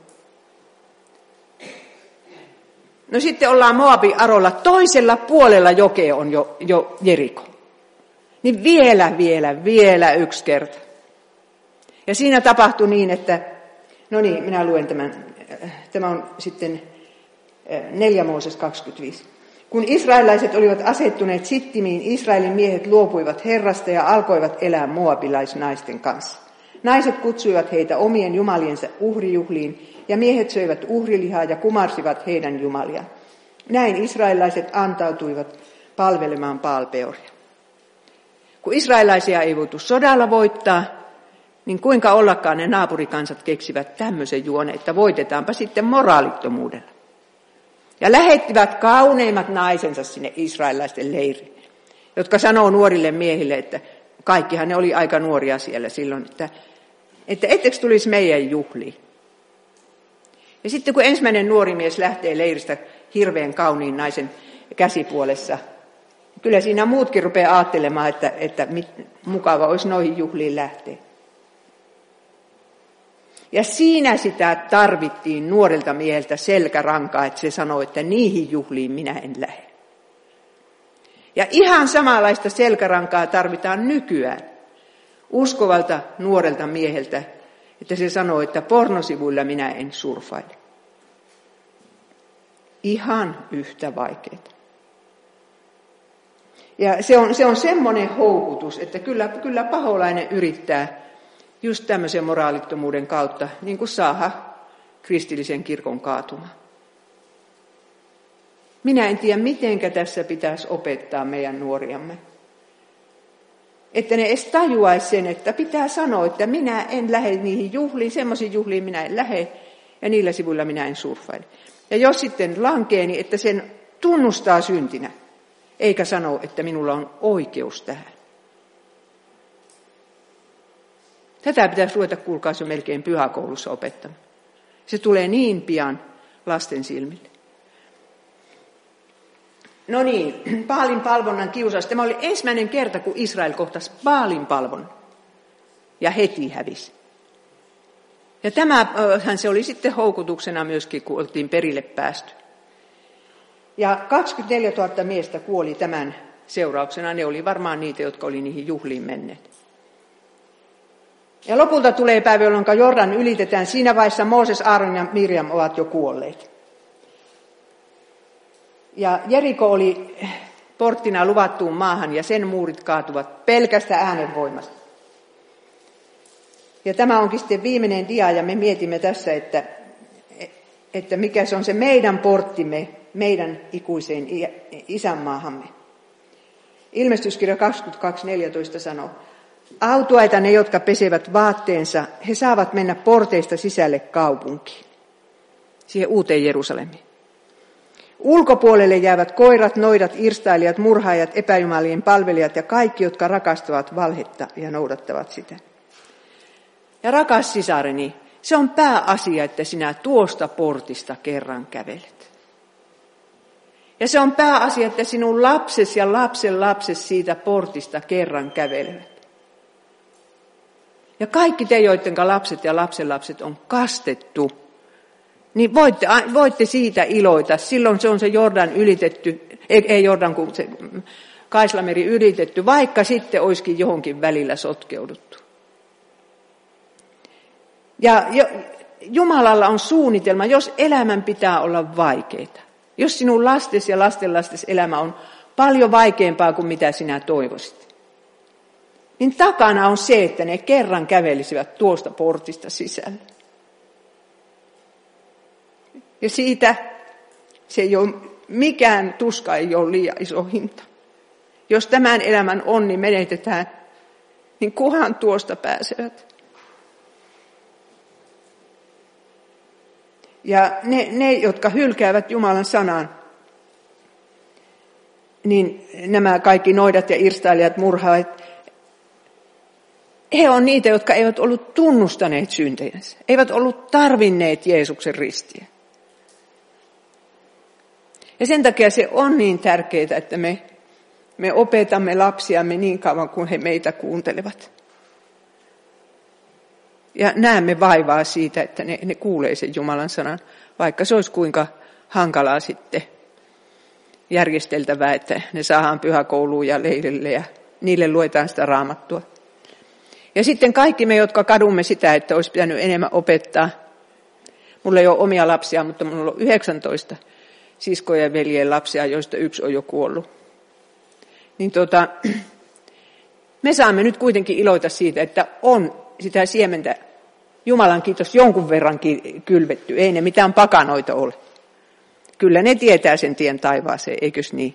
No sitten ollaan Moabin arolla. Toisella puolella jokea on jo Jeriko. Niin vielä yksi kerta. Ja siinä tapahtui niin, että, no niin, minä luen tämän. Tämä on sitten 4 Mooses 25. Kun israelilaiset olivat asettuneet Sittimiin, Israelin miehet luopuivat Herrasta ja alkoivat elää moabilaisnaisten kanssa. Naiset kutsuivat heitä omien jumaliensa uhrijuhliin, ja miehet söivät uhrilihaa ja kumarsivat heidän jumaliaan. Näin israelilaiset antautuivat palvelemaan Baal-peoria. Kun israelaisia ei voitu sodalla voittaa, niin kuinka ollakaan ne naapurikansat keksivät tämmöisen juoneen, että voitetaanpa sitten moraalittomuudella. Ja lähettivät kauneimmat naisensa sinne israelilaisten leiriin, jotka sanoo nuorille miehille, että kaikkihan ne oli aika nuoria siellä silloin, että ettekö tulisi meidän juhliin. Ja sitten kun ensimmäinen nuori mies lähtee leiristä hirveän kauniin naisen käsipuolessa, kyllä siinä muutkin rupeaa ajattelemaan, että mukava olisi noihin juhliin lähteä. Ja siinä sitä tarvittiin nuorelta mieheltä selkärankaa, että se sanoi, että niihin juhliin minä en lähde. Ja ihan samanlaista selkärankaa tarvitaan nykyään uskovalta nuorelta mieheltä, että se sanoo, että pornosivuilla minä en surfaile. Ihan yhtä vaikeaa. Ja se on semmoinen houkutus, että kyllä paholainen yrittää just tämmöisen moraalittomuuden kautta niin kuin saada kristillisen kirkon kaatumaan. Minä en tiedä, mitenkä tässä pitäisi opettaa meidän nuoriamme. Että ne edes tajuaisi sen, että pitää sanoa, että minä en lähde niihin juhliin, semmoisiin juhliin minä en lähde ja niillä sivuilla minä en surfaile. Ja jos sitten lankee, niin että sen tunnustaa syntinä, eikä sano, että minulla on oikeus tähän. Tätä pitäisi ruveta, kuulkaa, jo melkein pyhäkoulussa opettamaan. Se tulee niin pian lasten silmille. No niin, Baalin palvonnan kiusaus. Tämä oli ensimmäinen kerta, kun Israel kohtasi Baalin palvonnan. Ja heti hävisi. Ja tämähän se oli sitten houkutuksena myöskin, kun oltiin perille päästy. Ja 24 000 miestä kuoli tämän seurauksena. Ne oli varmaan niitä, jotka oli niihin juhliin menneet. Ja lopulta tulee päivä, jolloin Jordan ylitetään. Siinä vaiheessa Mooses, Aaron ja Mirjam ovat jo kuolleet. Ja Jeriko oli porttina luvattuun maahan ja sen muurit kaatuvat pelkästä äänenvoimasta. Ja tämä onkin sitten viimeinen dia ja me mietimme tässä, että mikä se on se meidän porttimme, meidän ikuiseen isänmaahamme. Ilmestyskirja 22.14 sanoo, autuaita ne, jotka pesevät vaatteensa, he saavat mennä porteista sisälle kaupunkiin, siihen uuteen Jerusalemiin. Ulkopuolelle jäävät koirat, noidat, irstailijat, murhaajat, epäjumalien palvelijat ja kaikki, jotka rakastavat valhetta ja noudattavat sitä. Ja rakas sisareni, Se on pääasia, että sinä tuosta portista kerran kävelet. Ja se on pääasia, että sinun lapsesi ja lapsen lapsesi siitä portista kerran kävelevät. Ja kaikki te, joiden lapset ja lapsenlapset on kastettu, niin voitte siitä iloita. Silloin se on se Jordan ylitetty, ei Jordan, kun se Kaislameri ylitetty, vaikka sitten olisikin johonkin välillä sotkeuduttu. Ja Jumalalla on suunnitelma, jos elämän pitää olla vaikeita. Jos sinun lastesi ja lastenlastesi elämä on paljon vaikeampaa kuin mitä sinä toivoisit, niin takana on se, että ne kerran kävelisivät tuosta portista sisälle. Ja siitä se ei ole, mikään tuska ei ole liian iso hinta. Jos tämän elämän onni menetetään, niin kunhan tuosta pääsevät. Ja ne, jotka hylkäävät Jumalan sanan, niin nämä kaikki noidat ja irstailijat, murhaajat, he on niitä, jotka eivät ollut tunnustaneet syntejänsä, eivät ollut tarvinneet Jeesuksen ristiä. Ja sen takia se on niin tärkeää, että me opetamme lapsiamme niin kauan kuin he meitä kuuntelevat. Ja näemme vaivaa siitä, että ne kuulee sen Jumalan sanan, vaikka se olisi kuinka hankalaa sitten järjesteltävää, että ne saadaan pyhäkouluun ja leirille ja niille luetaan sitä Raamattua. Ja sitten kaikki me, jotka kadumme sitä, että olisi pitänyt enemmän opettaa. Mulla ei ole omia lapsia, mutta minulla on 19 siskoja ja veljen lapsia, joista yksi on jo kuollut. Niin me saamme nyt kuitenkin iloita siitä, että on sitä siementä, Jumalan kiitos, jonkun verran kylvetty. Ei ne mitään pakanoita ole. Kyllä ne tietää sen tien taivaaseen, eikös niin?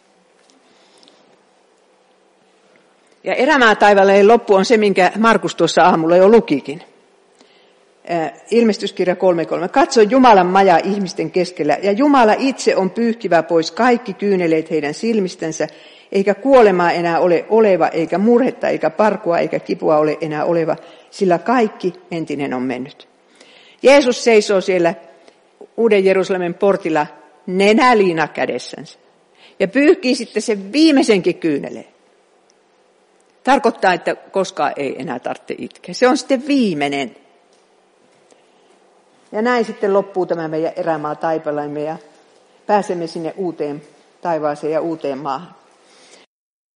Ja erämaa taivaalle loppu on se, minkä Markus tuossa aamulla jo lukikin. Ilmestyskirja 3.3. Katso Jumalan maja ihmisten keskellä, ja Jumala itse on pyyhkivä pois kaikki kyyneleet heidän silmistänsä, eikä kuolemaa enää ole oleva, eikä murhetta, eikä parkua, eikä kipua ole enää oleva, sillä kaikki entinen on mennyt. Jeesus seisoo siellä Uuden Jerusalemin portilla nenäliina kädessänsä, ja pyyhkii sitten sen viimeisenkin kyyneleen. Tarkoittaa, että koskaan ei enää tarvitse itkeä. Se on sitten viimeinen. Ja näin sitten loppuu tämä meidän erämaa taipaleemme ja pääsemme sinne uuteen taivaaseen ja uuteen maahan.